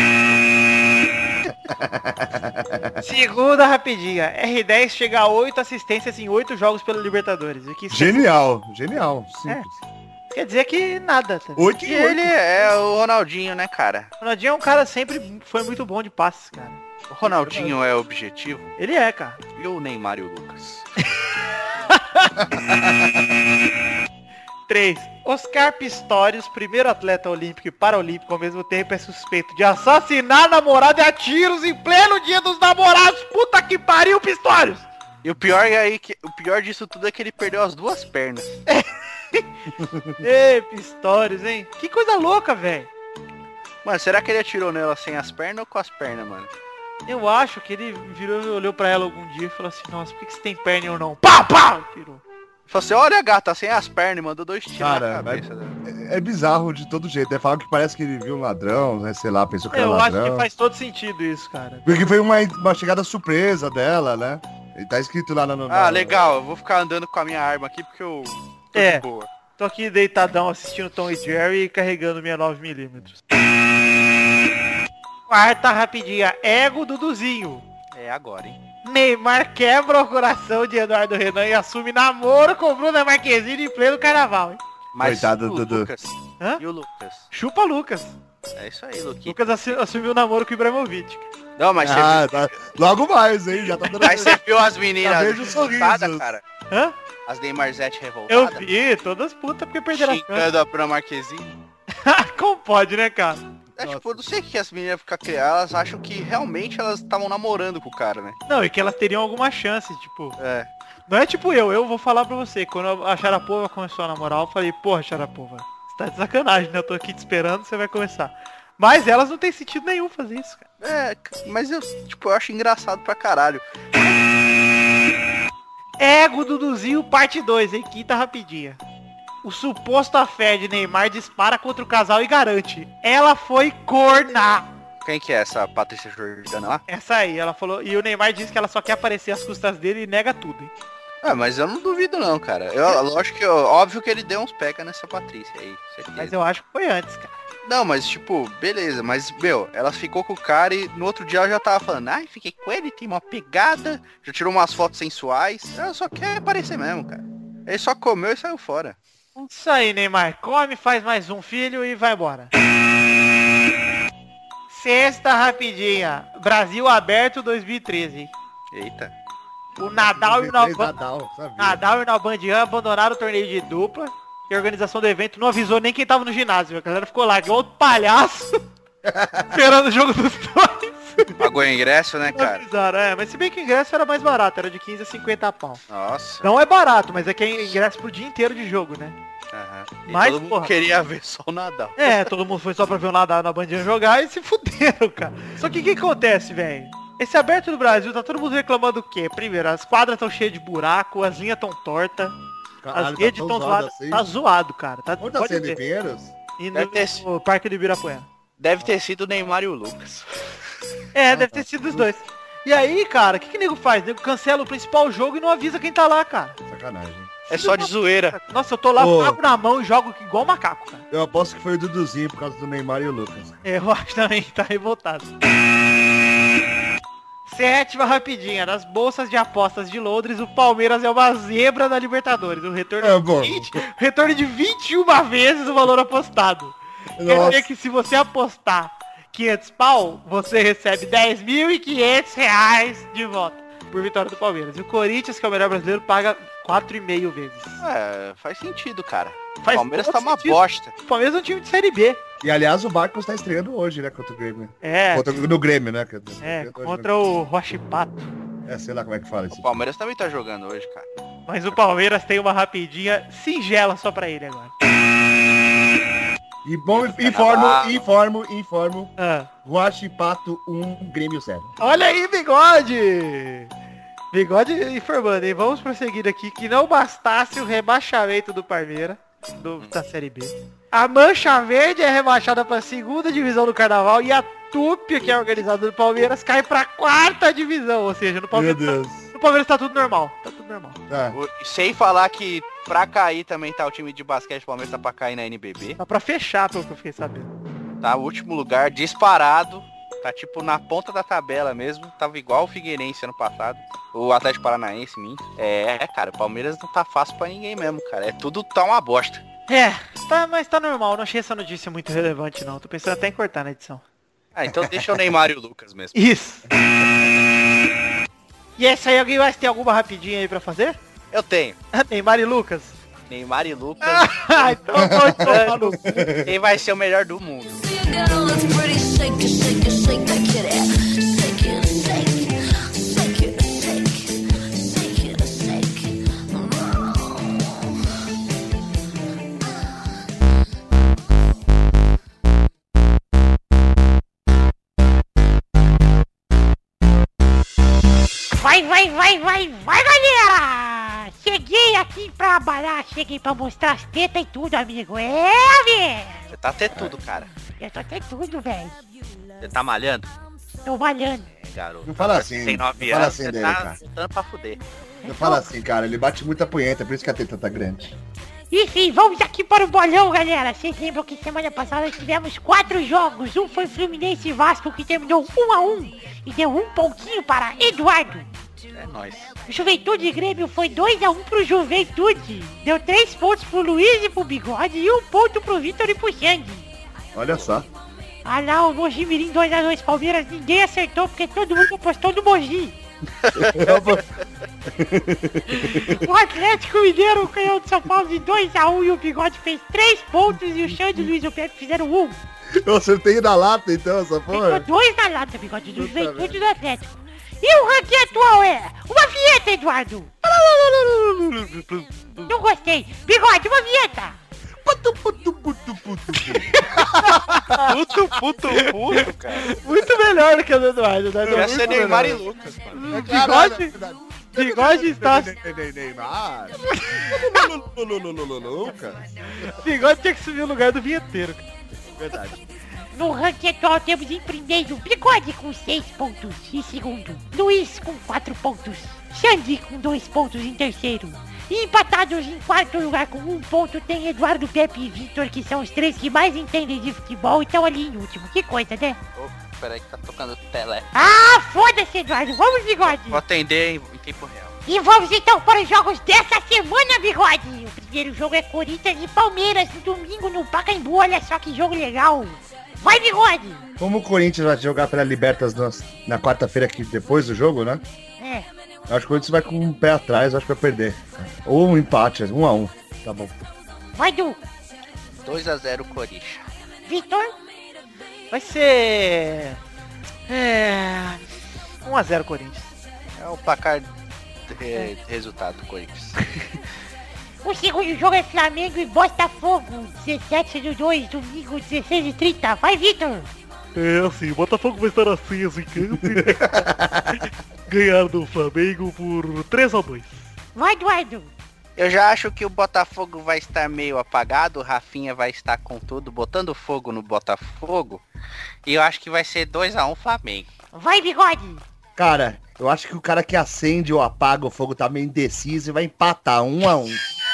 [SPEAKER 5] Segunda rapidinha. R dez chega a oito assistências em oito jogos pela Libertadores. O que isso
[SPEAKER 3] Genial, genial, simples.
[SPEAKER 5] quer dizer que nada, tá?
[SPEAKER 3] Oito
[SPEAKER 4] E
[SPEAKER 3] e oito.
[SPEAKER 4] ele é o Ronaldinho, né, cara?
[SPEAKER 5] O Ronaldinho é um cara sempre foi muito bom de passes, cara.
[SPEAKER 4] O Ronaldinho é objetivo
[SPEAKER 5] Ele é, cara.
[SPEAKER 4] e o Neymar e o Lucas. Lucas.
[SPEAKER 5] três. Oscar Pistorius, primeiro atleta olímpico e paraolímpico ao mesmo tempo, é suspeito de assassinar namorada e a tiros em pleno dia dos namorados. Puta que pariu, Pistorius!
[SPEAKER 4] E o pior é aí que o pior disso tudo é que ele perdeu as duas pernas.
[SPEAKER 5] Ei, Pistorius, hein? Que coisa louca, velho.
[SPEAKER 4] Mano, será que ele atirou nela sem as pernas ou com as pernas, mano?
[SPEAKER 5] Eu acho que ele virou, olhou pra ela algum dia e falou assim, nossa, por que, que você tem perna e eu não? Pá, pá! Tirou.
[SPEAKER 4] Falou assim, olha a gata, sem as pernas, e mandou dois tiros
[SPEAKER 3] Cara,
[SPEAKER 4] na cabeça dela.
[SPEAKER 3] É, é bizarro de todo jeito. É falar que parece que ele viu um ladrão, né? Sei lá, pensou que era
[SPEAKER 5] Eu
[SPEAKER 3] ladrão.
[SPEAKER 5] acho que faz todo sentido isso, cara.
[SPEAKER 3] Porque foi uma, uma chegada surpresa dela, né? Ele tá escrito lá no...
[SPEAKER 4] Ah,
[SPEAKER 3] na-
[SPEAKER 4] legal, eu vou ficar andando com a minha arma aqui porque eu tô
[SPEAKER 5] É.
[SPEAKER 4] de boa.
[SPEAKER 5] Tô aqui deitadão assistindo Tom e Jerry e carregando minha nove milímetros. Quarta rapidinha, ego Duduzinho.
[SPEAKER 4] É agora, hein?
[SPEAKER 5] Neymar quebra o coração de Eduardo Renan e assume namoro com Bruna Marquezine em pleno carnaval, hein?
[SPEAKER 4] Mas
[SPEAKER 3] Coitado
[SPEAKER 4] e o
[SPEAKER 3] do Dudu.
[SPEAKER 4] Lucas?
[SPEAKER 5] Hã?
[SPEAKER 4] E o Lucas?
[SPEAKER 5] Chupa Lucas.
[SPEAKER 4] É isso aí, Luquinho.
[SPEAKER 5] Lucas assu- assumiu o namoro com o Ibrahimovic.
[SPEAKER 4] Não, mas
[SPEAKER 3] Ah,
[SPEAKER 4] você
[SPEAKER 3] tá. Logo mais, hein? Já tá dando...
[SPEAKER 4] viu, mas você viu as meninas
[SPEAKER 3] Já vejo
[SPEAKER 4] revoltadas,
[SPEAKER 3] sorrisos.
[SPEAKER 4] cara?
[SPEAKER 5] Hã?
[SPEAKER 4] As Neymarzete
[SPEAKER 5] Eu
[SPEAKER 4] revoltadas?
[SPEAKER 5] vi, todas putas porque perderam a chance.
[SPEAKER 4] Xingando a Bruna Marquezine.
[SPEAKER 5] Como pode, né, cara?
[SPEAKER 4] É tipo, eu não sei o que as meninas ficam criando, elas acham que realmente elas estavam namorando com o cara, né?
[SPEAKER 5] Não, e que elas teriam alguma chance, tipo...
[SPEAKER 4] É.
[SPEAKER 5] Não é tipo eu, eu vou falar pra você, quando a Sharapova começou a namorar, eu falei, porra, Sharapova, você tá de sacanagem, né? Eu tô aqui te esperando, você vai começar. Mas elas não tem sentido nenhum fazer isso, cara.
[SPEAKER 4] É, c- mas eu, tipo, eu acho engraçado pra caralho.
[SPEAKER 5] Ego Duduzinho, parte dois, hein? Quinta rapidinha. O suposto afé de Neymar dispara contra o casal e garante. Ela foi corna.
[SPEAKER 4] Quem que é essa Patrícia Jordana lá?
[SPEAKER 5] Essa aí, ela falou. E o Neymar disse que ela só quer aparecer às custas dele e nega tudo, hein?
[SPEAKER 4] Ah, mas eu não duvido não, cara. Eu, lógico que, eu- óbvio que ele deu uns pega nessa Patrícia aí, certeza.
[SPEAKER 5] Mas eu acho que foi antes, cara.
[SPEAKER 4] Não, mas tipo, beleza, mas, meu, ela ficou com o cara e no outro dia ela já tava falando, ai, fiquei com ele, tem uma pegada, já tirou umas fotos sensuais. Ela só quer aparecer mesmo, cara. Ele só comeu e saiu fora.
[SPEAKER 5] Isso aí, Neymar. Come, faz mais um filho e vai embora. Sexta rapidinha. Brasil aberto dois mil e treze, hein?
[SPEAKER 4] Eita.
[SPEAKER 5] O Nadal e o Nalban...
[SPEAKER 3] Nadal, sabia?
[SPEAKER 5] Nadal e o Nalbandian abandonaram o torneio de dupla. E a organização do evento não avisou nem quem tava no ginásio. A galera ficou lá, igual outro palhaço. Esperando o jogo dos dois.
[SPEAKER 4] Pagou ingresso, né,
[SPEAKER 5] Não
[SPEAKER 4] cara?
[SPEAKER 5] avisaram, é. Mas se bem que o ingresso era mais barato. Era de quinze a cinquenta pau.
[SPEAKER 4] Nossa.
[SPEAKER 5] Não é barato, mas é que é ingresso pro dia inteiro de jogo, né?
[SPEAKER 4] Aham. E
[SPEAKER 5] Mas,
[SPEAKER 4] todo mundo
[SPEAKER 5] porra.
[SPEAKER 4] queria ver só o Nadal.
[SPEAKER 5] É, todo mundo foi só pra ver o Nadal na bandinha jogar e se fuderam, cara. Só que o que acontece, velho? Esse aberto do Brasil, tá todo mundo reclamando o quê? Primeiro, as quadras estão cheias de buraco, as linhas tão tortas,
[SPEAKER 3] Caralho,
[SPEAKER 5] as
[SPEAKER 3] tá
[SPEAKER 5] redes
[SPEAKER 3] tão
[SPEAKER 5] estão
[SPEAKER 3] zoado
[SPEAKER 5] zoadas.
[SPEAKER 3] assim.
[SPEAKER 5] Tá zoado, cara. Tá,
[SPEAKER 3] Onde tá
[SPEAKER 5] pode
[SPEAKER 3] sendo
[SPEAKER 5] ver.
[SPEAKER 3] em Pinheiros?
[SPEAKER 5] E
[SPEAKER 4] Deve
[SPEAKER 5] no,
[SPEAKER 4] ter sido.
[SPEAKER 5] no Parque do Ibirapuera.
[SPEAKER 4] Deve ter sido o Neymar e o Lucas.
[SPEAKER 5] É, deve ter sido os dois. E aí, cara, o que que nego faz? Nego cancela o principal jogo e não avisa quem tá lá, cara.
[SPEAKER 3] Sacanagem.
[SPEAKER 4] É só de zoeira.
[SPEAKER 5] Nossa, eu tô lá,
[SPEAKER 3] Ô.
[SPEAKER 5] pago na mão e jogo igual macaco, cara.
[SPEAKER 3] Eu aposto que foi o Duduzinho por causa do Neymar e o Lucas.
[SPEAKER 5] É, eu acho também que tá revoltado. Sétima rapidinha, nas bolsas de apostas de Londres, o Palmeiras é uma zebra da Libertadores. O retorno,
[SPEAKER 3] É bom.
[SPEAKER 5] de vinte, retorno de vinte e uma vezes o valor apostado. Quer
[SPEAKER 3] Nossa.
[SPEAKER 5] dizer que se você apostar quinhentos pau, você recebe dez mil e quinhentos reais de volta por vitória do Palmeiras. E o Corinthians, que é o melhor brasileiro, paga quatro e meio vezes.
[SPEAKER 4] É, faz sentido, cara.
[SPEAKER 5] Faz
[SPEAKER 4] o Palmeiras
[SPEAKER 5] todo
[SPEAKER 4] tá uma
[SPEAKER 5] sentido.
[SPEAKER 4] bosta.
[SPEAKER 5] O Palmeiras é um time de Série B.
[SPEAKER 3] E aliás, o Barcos tá estreando hoje, né? Contra o Grêmio.
[SPEAKER 5] É,
[SPEAKER 3] Contra, no Grêmio, né? quer dizer,
[SPEAKER 5] é,
[SPEAKER 3] estreando hoje
[SPEAKER 5] contra o Rochipato.
[SPEAKER 3] no- É, sei lá como é que fala isso.
[SPEAKER 4] O Palmeiras também tá jogando hoje, cara.
[SPEAKER 5] Mas o Palmeiras tem uma rapidinha singela só pra ele agora.
[SPEAKER 3] E bom, informo,
[SPEAKER 4] Caralho.
[SPEAKER 3] informo, informo.
[SPEAKER 5] Ah.
[SPEAKER 3] Guachipato um, Grêmio zero.
[SPEAKER 5] Olha aí, Bigode! Bigode informando, hein? Vamos prosseguir aqui que não bastasse o rebaixamento do Palmeiras do, da Série B. A Mancha Verde é rebaixada pra segunda divisão do Carnaval e a Tupi, que é organizada do Palmeiras, cai pra quarta divisão. Ou seja, no
[SPEAKER 3] Meu
[SPEAKER 5] Palmeiras,
[SPEAKER 3] Deus.
[SPEAKER 5] no Palmeiras tá tudo normal. Tá tudo normal.
[SPEAKER 3] Tá.
[SPEAKER 4] O- e sem falar que pra cair também tá o time de basquete do Palmeiras, tá pra cair na N B B.
[SPEAKER 5] Tá pra fechar, pelo que eu fiquei sabendo.
[SPEAKER 4] Tá, o último lugar, disparado. Tá tipo na ponta da tabela mesmo. Tava igual o Figueirense ano passado. O Atlético Paranaense, minto. É, cara, o Palmeiras não tá fácil pra ninguém mesmo, cara. É tudo tá uma bosta.
[SPEAKER 5] É, tá, mas tá normal. Não achei essa notícia muito relevante, não. Tô pensando até em cortar na edição.
[SPEAKER 4] Ah, então deixa o Neymar e o Lucas mesmo.
[SPEAKER 5] Isso. E essa aí, alguém vai ter alguma rapidinha aí pra fazer?
[SPEAKER 4] Eu tenho.
[SPEAKER 5] Neymar e Lucas.
[SPEAKER 4] Neymar e Lucas.
[SPEAKER 5] Ah, então vou tomar no cu.
[SPEAKER 4] Quem vai ser o melhor do mundo?
[SPEAKER 6] Girl, it's pretty. Shake it, shake it, shake that kitty. Shake it, shake. Shake it, shake. Shake it, shake.
[SPEAKER 8] Vai, vai, vai, vai, vai, galera! Cheguei aqui pra abalar, cheguei pra mostrar as tetas e tudo, amigo. É, amigo!
[SPEAKER 4] Você tá até tudo, cara.
[SPEAKER 8] Eu tô até tudo, velho.
[SPEAKER 4] Você tá malhando?
[SPEAKER 8] Tô malhando.
[SPEAKER 4] É, garoto.
[SPEAKER 3] Não fala assim,
[SPEAKER 4] Tem nove
[SPEAKER 3] não fala
[SPEAKER 4] anos,
[SPEAKER 3] assim
[SPEAKER 4] você
[SPEAKER 3] dele,
[SPEAKER 4] tá
[SPEAKER 3] cara.
[SPEAKER 4] lutando pra fuder.
[SPEAKER 3] Não fala assim, cara. Ele bate muita punheta, por isso que a teta tá grande.
[SPEAKER 8] Enfim, vamos aqui para o bolão, galera. Vocês lembram que semana passada tivemos quatro jogos. Um foi Fluminense e Vasco, que terminou um a um. E deu um pontinho para Eduardo.
[SPEAKER 4] É nóis.
[SPEAKER 8] O Juventude e Grêmio foi dois a um pro Juventude. Deu três pontos pro Luiz e pro Bigode e um ponto pro Vitor e pro Xande.
[SPEAKER 3] Olha só.
[SPEAKER 8] Ah lá, o Mojimirim dois a dois Palmeiras, ninguém acertou porque todo mundo apostou no Mogi. O Atlético Mineiro ganhou de São Paulo de dois a um e o Bigode fez três pontos e o Xande, o Luiz e o Pepe fizeram um.
[SPEAKER 3] Eu acertei na lata, então, essa
[SPEAKER 8] Ficou
[SPEAKER 3] porra.
[SPEAKER 8] dois na lata, Bigode, do Juventude e do Atlético. E o ranking atual é... Uma vinheta, Eduardo! Não gostei. Bigode, uma vinheta!
[SPEAKER 3] Puto, puto, puto, puto.
[SPEAKER 4] Puto, puto, puto, cara.
[SPEAKER 5] Muito melhor do que o do Eduardo, né?
[SPEAKER 4] Ia
[SPEAKER 5] Muito
[SPEAKER 4] ser Neymar e
[SPEAKER 5] melhor.
[SPEAKER 4] Lucas, mano.
[SPEAKER 5] Bigode, Bigode está...
[SPEAKER 3] Neymar. Lucas.
[SPEAKER 5] Bigode tinha que subir no lugar do vinheteiro. cara.
[SPEAKER 3] Verdade.
[SPEAKER 8] No ranking atual temos em primeiro Bigode com seis pontos. Em segundo, Luiz com quatro pontos. Xande com dois pontos em terceiro. E empatados em quarto lugar com um ponto tem Eduardo, Pepe e Vitor, que são os três que mais entendem de futebol e estão ali em último. Que coisa, né?
[SPEAKER 4] Oh, peraí que tá tocando tele.
[SPEAKER 8] Ah, foda-se, Eduardo. Vamos, Bigode.
[SPEAKER 4] Vou atender em, em tempo real.
[SPEAKER 8] E vamos então para os jogos dessa semana, Bigode. O primeiro jogo é Corinthians e Palmeiras, no domingo no Pacaembu. Olha só que jogo legal. Vai, Bigode.
[SPEAKER 3] Como o Corinthians vai jogar pela Libertas na, na quarta-feira aqui depois do jogo, né?
[SPEAKER 8] É.
[SPEAKER 3] Eu acho que o Corinthians vai com um pé atrás, eu acho que vai perder. Ou um empate, um a um. Tá bom.
[SPEAKER 8] Vai, Du.
[SPEAKER 4] dois a zero Corixa.
[SPEAKER 8] Vitor.
[SPEAKER 5] Vai ser... É... um a zero Corinthians.
[SPEAKER 4] É o placar de, de resultado do Corinthians.
[SPEAKER 8] O segundo jogo é Flamengo e Botafogo. dezessete do dois, domingo, dezesseis e trinta. Vai, Vitor.
[SPEAKER 7] É assim, o Botafogo vai estar aceso em campo. Ganhar do Flamengo por três a dois.
[SPEAKER 8] Vai, Eduardo.
[SPEAKER 4] Eu já acho que o Botafogo vai estar meio apagado, o Rafinha vai estar com tudo, botando fogo no Botafogo. E eu acho que vai ser dois a um Flamengo.
[SPEAKER 8] Vai, Bigode.
[SPEAKER 3] Cara, eu acho que o cara que acende ou apaga o fogo tá meio indeciso e vai empatar um a um.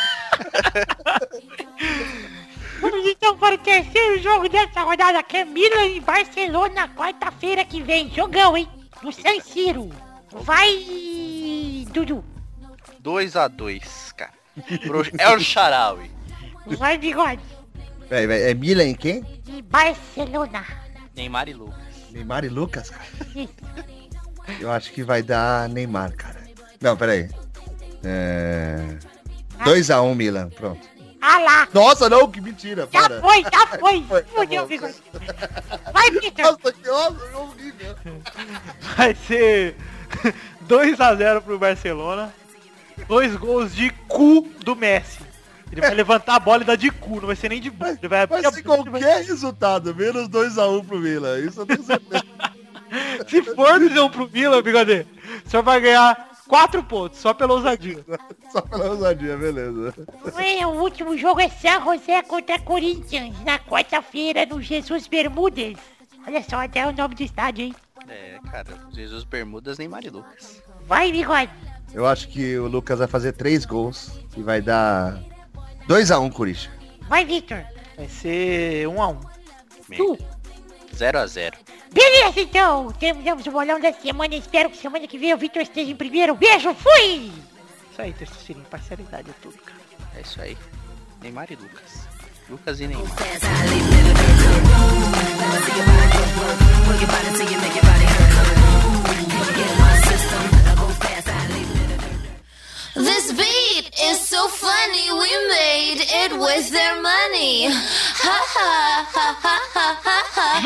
[SPEAKER 8] Vamos então para o terceiro jogo dessa rodada, que é Milan e Barcelona, quarta-feira que vem. Jogão, hein? No San Siro. Vai, Dudu.
[SPEAKER 4] dois a dois, cara. Pro El Shaarawy.
[SPEAKER 8] Vai, Bigode.
[SPEAKER 3] Véi, véi, é Milan em quem?
[SPEAKER 8] E Barcelona.
[SPEAKER 4] Neymar e Lucas.
[SPEAKER 3] Neymar e Lucas, cara. Eu acho que vai dar Neymar, cara. Não, peraí. É... dois a um Milan, pronto.
[SPEAKER 8] Ah lá.
[SPEAKER 3] Nossa, não, que mentira,
[SPEAKER 8] Já
[SPEAKER 3] para.
[SPEAKER 8] foi, já foi.
[SPEAKER 3] Foi, tá
[SPEAKER 8] Fudeu,
[SPEAKER 3] bom.
[SPEAKER 8] Bigode. Vai, Vitor.
[SPEAKER 3] Nossa, que horror, horrível.
[SPEAKER 5] Vai ser dois a zero pro Barcelona. Dois gols de cu do Messi. Ele vai levantar a bola e dar de cu, não vai ser nem de bu. Ele vai
[SPEAKER 3] Vai
[SPEAKER 5] abrir a
[SPEAKER 3] ser
[SPEAKER 5] boca e vai-
[SPEAKER 3] qualquer resultado, menos dois a um pro Milan. Isso eu tenho certeza.
[SPEAKER 5] Se for dizer um pro Milan, Bigode, o senhor vai ganhar quatro pontos, só pela ousadia.
[SPEAKER 3] Só pela ousadia, beleza.
[SPEAKER 8] É, o último jogo é San José contra Corinthians, na quarta-feira, no Jesus Bermudas. Olha só, até o nome do estádio, hein?
[SPEAKER 4] É, cara, Jesus Bermudas, Neymar e Lucas.
[SPEAKER 8] Vai, Bigode.
[SPEAKER 3] Eu acho que o Lucas vai fazer três gols e vai dar dois a um, Corinthians.
[SPEAKER 8] Vai, Vitor.
[SPEAKER 5] Vai ser um a um.
[SPEAKER 8] Tu.
[SPEAKER 4] zero a zero.
[SPEAKER 8] Beleza, então. Terminamos o bolão da semana. Espero que semana que vem o Vitor esteja em primeiro. Beijo, fui!
[SPEAKER 5] Isso aí, Testosterinho, parcialidade é tudo, cara.
[SPEAKER 4] É isso aí. Neymar e Lucas. Lucas e Neymar.
[SPEAKER 6] Work your body till you make your body hurt. Can you get my system? I go fast. me. Ha ha ha ha ha ha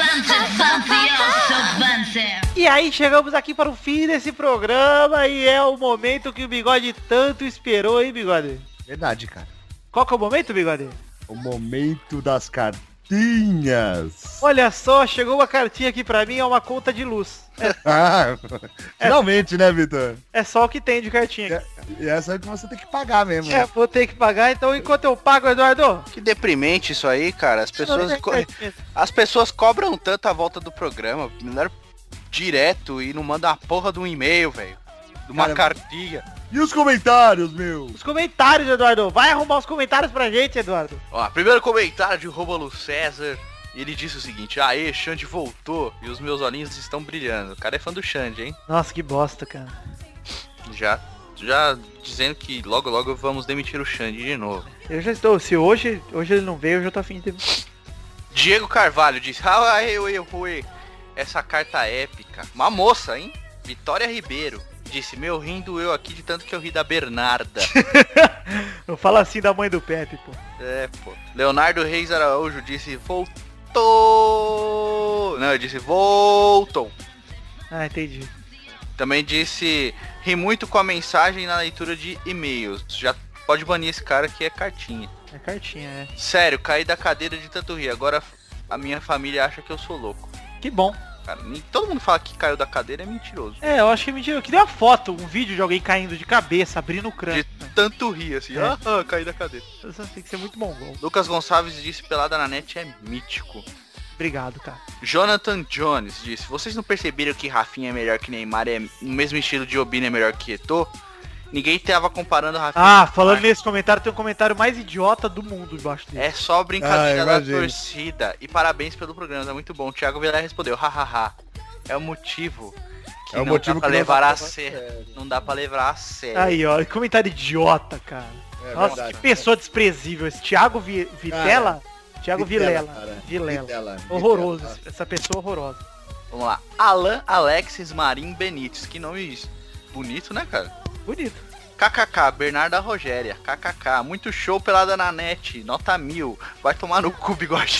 [SPEAKER 6] ha.
[SPEAKER 5] E aí chegamos aqui para o fim desse programa e é o momento que o Bigode tanto esperou, hein, Bigode?
[SPEAKER 3] Verdade, cara.
[SPEAKER 5] Qual que é o momento, Bigode?
[SPEAKER 3] O momento das cartinhas.
[SPEAKER 5] Olha só, chegou uma cartinha aqui pra mim, é uma conta de luz. É,
[SPEAKER 3] Ah, finalmente, né, Vitor?
[SPEAKER 5] é só o que tem de cartinha aqui.
[SPEAKER 3] E essa é que você tem que pagar mesmo.
[SPEAKER 5] É, vou ter que pagar, então enquanto eu pago, Eduardo.
[SPEAKER 4] Que deprimente isso aí, cara. As pessoas,
[SPEAKER 5] Não,
[SPEAKER 4] co-
[SPEAKER 5] é cartinha.
[SPEAKER 4] as pessoas cobram tanto a volta do programa. Melhor direto e não manda a porra de um e-mail, velho. De uma
[SPEAKER 3] Cara,
[SPEAKER 4] cartinha.
[SPEAKER 3] E os comentários, meu?
[SPEAKER 5] Os comentários, Eduardo. Vai arrumar os comentários pra gente, Eduardo.
[SPEAKER 4] Ó, primeiro comentário de Rômulo César. Ele disse o seguinte: aê, Xande voltou e os meus olhinhos estão brilhando. O cara é fã do Xande, hein?
[SPEAKER 5] Nossa, que bosta, cara.
[SPEAKER 4] Já, já dizendo que logo logo vamos demitir o Xande de novo.
[SPEAKER 5] Eu já estou, se hoje, hoje ele não veio, eu já tô afim de...
[SPEAKER 4] Diego Carvalho disse: ah, eu, eu, eu, essa carta épica. Uma moça, hein? Vitória Ribeiro disse: meu rindo eu aqui de tanto que eu ri da Bernarda.
[SPEAKER 5] Não fala assim da mãe do Pepe, pô.
[SPEAKER 4] É, pô. Leonardo Reis Araújo disse: voltou. Não, eu disse: voltou.
[SPEAKER 5] Ah, entendi.
[SPEAKER 4] Também disse: ri muito com a mensagem na leitura de e-mails. Já pode banir esse cara que é cartinha.
[SPEAKER 5] É cartinha, é.
[SPEAKER 4] Sério, caí da cadeira de tanto rir. Agora a minha família acha que eu sou louco.
[SPEAKER 5] Que bom.
[SPEAKER 4] Cara, nem- todo mundo fala que caiu da cadeira, é mentiroso.
[SPEAKER 5] É, eu acho que é mentira. Eu queria uma foto, um vídeo de alguém caindo de cabeça, abrindo o crânio.
[SPEAKER 4] De tanto rir, assim.
[SPEAKER 5] É.
[SPEAKER 4] Ah, ah, caí da cadeira.
[SPEAKER 5] Isso tem que ser muito mongol.
[SPEAKER 4] Lucas Gonçalves disse: pelada na net é mítico.
[SPEAKER 5] Obrigado, cara.
[SPEAKER 4] Jonathan Jones disse: vocês não perceberam que Rafinha é melhor que Neymar, é no mesmo estilo de Obina é melhor que Eto'o? Ninguém tava comparando Rafinha
[SPEAKER 5] Ah,
[SPEAKER 4] com
[SPEAKER 5] falando
[SPEAKER 4] Neymar.
[SPEAKER 5] nesse comentário, tem um comentário mais idiota do mundo embaixo dele.
[SPEAKER 4] É só brincadeira
[SPEAKER 3] Ah,
[SPEAKER 4] da
[SPEAKER 3] imagino.
[SPEAKER 4] torcida. E parabéns pelo programa, tá muito bom. Thiago Vilar respondeu: hahaha. É o motivo que
[SPEAKER 3] É o
[SPEAKER 4] não
[SPEAKER 3] motivo
[SPEAKER 4] dá pra
[SPEAKER 3] que não
[SPEAKER 4] levar
[SPEAKER 3] dá
[SPEAKER 4] a
[SPEAKER 3] pra
[SPEAKER 4] sério.
[SPEAKER 3] sério.
[SPEAKER 4] Não dá pra levar a sério.
[SPEAKER 5] Aí, ó, comentário idiota, cara.
[SPEAKER 3] É
[SPEAKER 5] Nossa,
[SPEAKER 3] verdade.
[SPEAKER 5] que pessoa desprezível. Esse Thiago Vi- Vitela? Thiago Vilela.
[SPEAKER 3] cara.
[SPEAKER 5] Vilela.
[SPEAKER 3] Vitela,
[SPEAKER 5] Horroroso.
[SPEAKER 3] Vitela.
[SPEAKER 5] Essa pessoa horrorosa.
[SPEAKER 4] Vamos lá. Alan Alexis Marim Benites. Que nome bonito, né, cara?
[SPEAKER 5] Bonito.
[SPEAKER 4] K K K, Bernarda Rogéria, K K K, muito show pelada na net, nota mil, vai tomar no cu, bigode.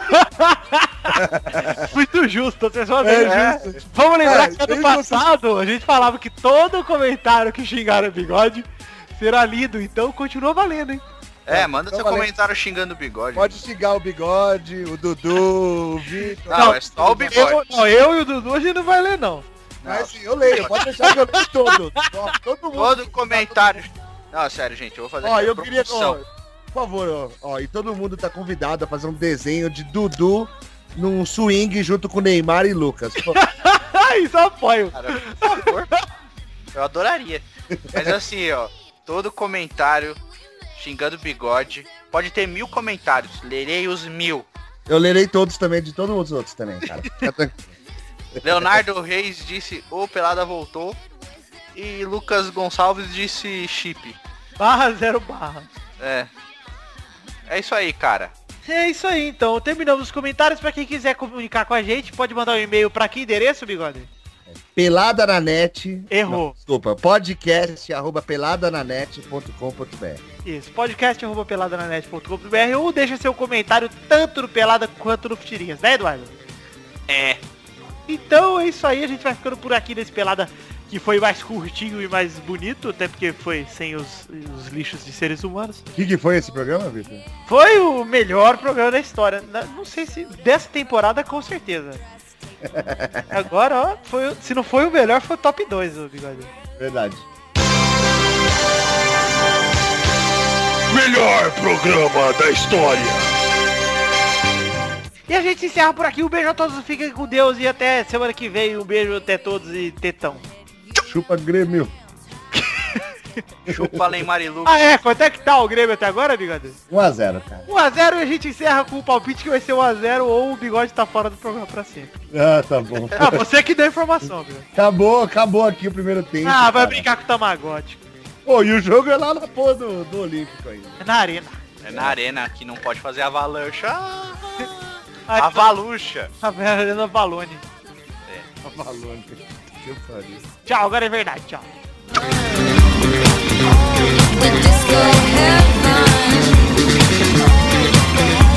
[SPEAKER 5] Muito justo, as pessoas
[SPEAKER 3] É
[SPEAKER 5] é,
[SPEAKER 3] justo.
[SPEAKER 5] Vamos lembrar
[SPEAKER 3] É,
[SPEAKER 5] que ano
[SPEAKER 3] bem
[SPEAKER 5] passado a gente falava que todo comentário que xingaram o bigode será lido, então continua valendo, hein?
[SPEAKER 4] É, manda
[SPEAKER 3] Então
[SPEAKER 4] seu
[SPEAKER 3] valeu.
[SPEAKER 4] comentário xingando o bigode.
[SPEAKER 3] Pode xingar o Bigode, o Dudu, o Vitor.
[SPEAKER 4] Não, é só o bigode.
[SPEAKER 5] Eu, não, eu e o Dudu a gente não vai ler, não.
[SPEAKER 3] Mas sim, eu leio, pode deixar que eu leio todo. Ó, todo mundo.
[SPEAKER 4] Todo comentário. Não, sério, gente, eu vou fazer
[SPEAKER 3] Ó,
[SPEAKER 4] aqui a
[SPEAKER 3] eu queria. Ó,
[SPEAKER 4] promoção.
[SPEAKER 3] por favor, ó, ó, e todo mundo tá convidado a fazer um desenho de Dudu num swing junto com Neymar e Lucas. Pô,
[SPEAKER 5] Ah, isso eu apoio.
[SPEAKER 4] Cara, por favor. Eu adoraria. Mas assim, ó, todo comentário xingando o bigode. Pode ter mil comentários, lerei os mil.
[SPEAKER 3] eu lerei todos também, de todos os outros também, cara. Fica tranquilo.
[SPEAKER 4] Leonardo Reis disse: ô, pelada voltou. E Lucas Gonçalves disse: chip.
[SPEAKER 5] Barra zero barra.
[SPEAKER 4] É. É isso aí, cara.
[SPEAKER 5] É isso aí, então. Terminamos os comentários. Pra quem quiser comunicar com a gente, pode mandar um e-mail pra que endereço, bigode?
[SPEAKER 3] Pelada na net.
[SPEAKER 5] Errou.
[SPEAKER 3] Não, desculpa, podcast arroba peladananet ponto com ponto br.
[SPEAKER 5] Isso, podcast arroba peladananet ponto com ponto br ou deixa seu comentário tanto no Pelada quanto no Futirinhas, né, Eduardo?
[SPEAKER 4] É.
[SPEAKER 5] Então é isso aí, a gente vai ficando por aqui nesse Pelada que foi mais curtinho e mais bonito, até porque foi sem os, os lixos de seres humanos.
[SPEAKER 3] O que, que foi esse programa, Vitor?
[SPEAKER 5] Foi o melhor programa da história. Na- Não sei se dessa temporada, com certeza. Agora, ó, foi, o- se não foi o melhor, foi o top dois, o bigode.
[SPEAKER 3] Verdade.
[SPEAKER 1] Melhor programa da história.
[SPEAKER 5] E a gente encerra por aqui. Um beijo a todos, fiquem com Deus e até semana que vem. Um beijo até todos e tetão.
[SPEAKER 3] Chupa Grêmio.
[SPEAKER 4] Chupa Neymar e Lucas.
[SPEAKER 5] Ah, é? Quanto é que tá o Grêmio até agora, bigode?
[SPEAKER 3] um a zero, cara.
[SPEAKER 5] um a zero e a gente encerra com o palpite que vai ser um a zero ou o bigode tá fora do programa pra sempre.
[SPEAKER 3] Ah, tá bom.
[SPEAKER 5] Ah, você que deu a informação, bigode.
[SPEAKER 3] Acabou, acabou aqui o primeiro tempo.
[SPEAKER 5] Ah, vai
[SPEAKER 3] cara.
[SPEAKER 5] brincar com o Tamagotchi.
[SPEAKER 3] Pô, e o jogo é lá na porra do, do Olímpico ainda.
[SPEAKER 5] É na arena.
[SPEAKER 4] É na arena que não pode fazer avalanche. Ah,
[SPEAKER 5] Ah,
[SPEAKER 4] avalucha.
[SPEAKER 5] A arena Valone.
[SPEAKER 3] Tá maluco. Que pariu.
[SPEAKER 5] Tchau, agora é verdade, tchau.
[SPEAKER 6] The disco headline.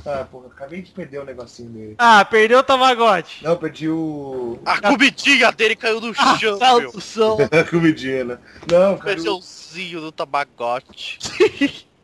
[SPEAKER 3] Ah, porra, acabei de perder o negocinho dele.
[SPEAKER 5] Ah, perdeu o Tamagotchi.
[SPEAKER 3] Não, perdi o...
[SPEAKER 9] A comidinha dele caiu no chão,
[SPEAKER 2] Saiu
[SPEAKER 9] meu.
[SPEAKER 2] do chão.
[SPEAKER 3] a comidinha, né? Não,
[SPEAKER 9] O
[SPEAKER 3] cara.
[SPEAKER 9] feijãozinho do Tamagotchi.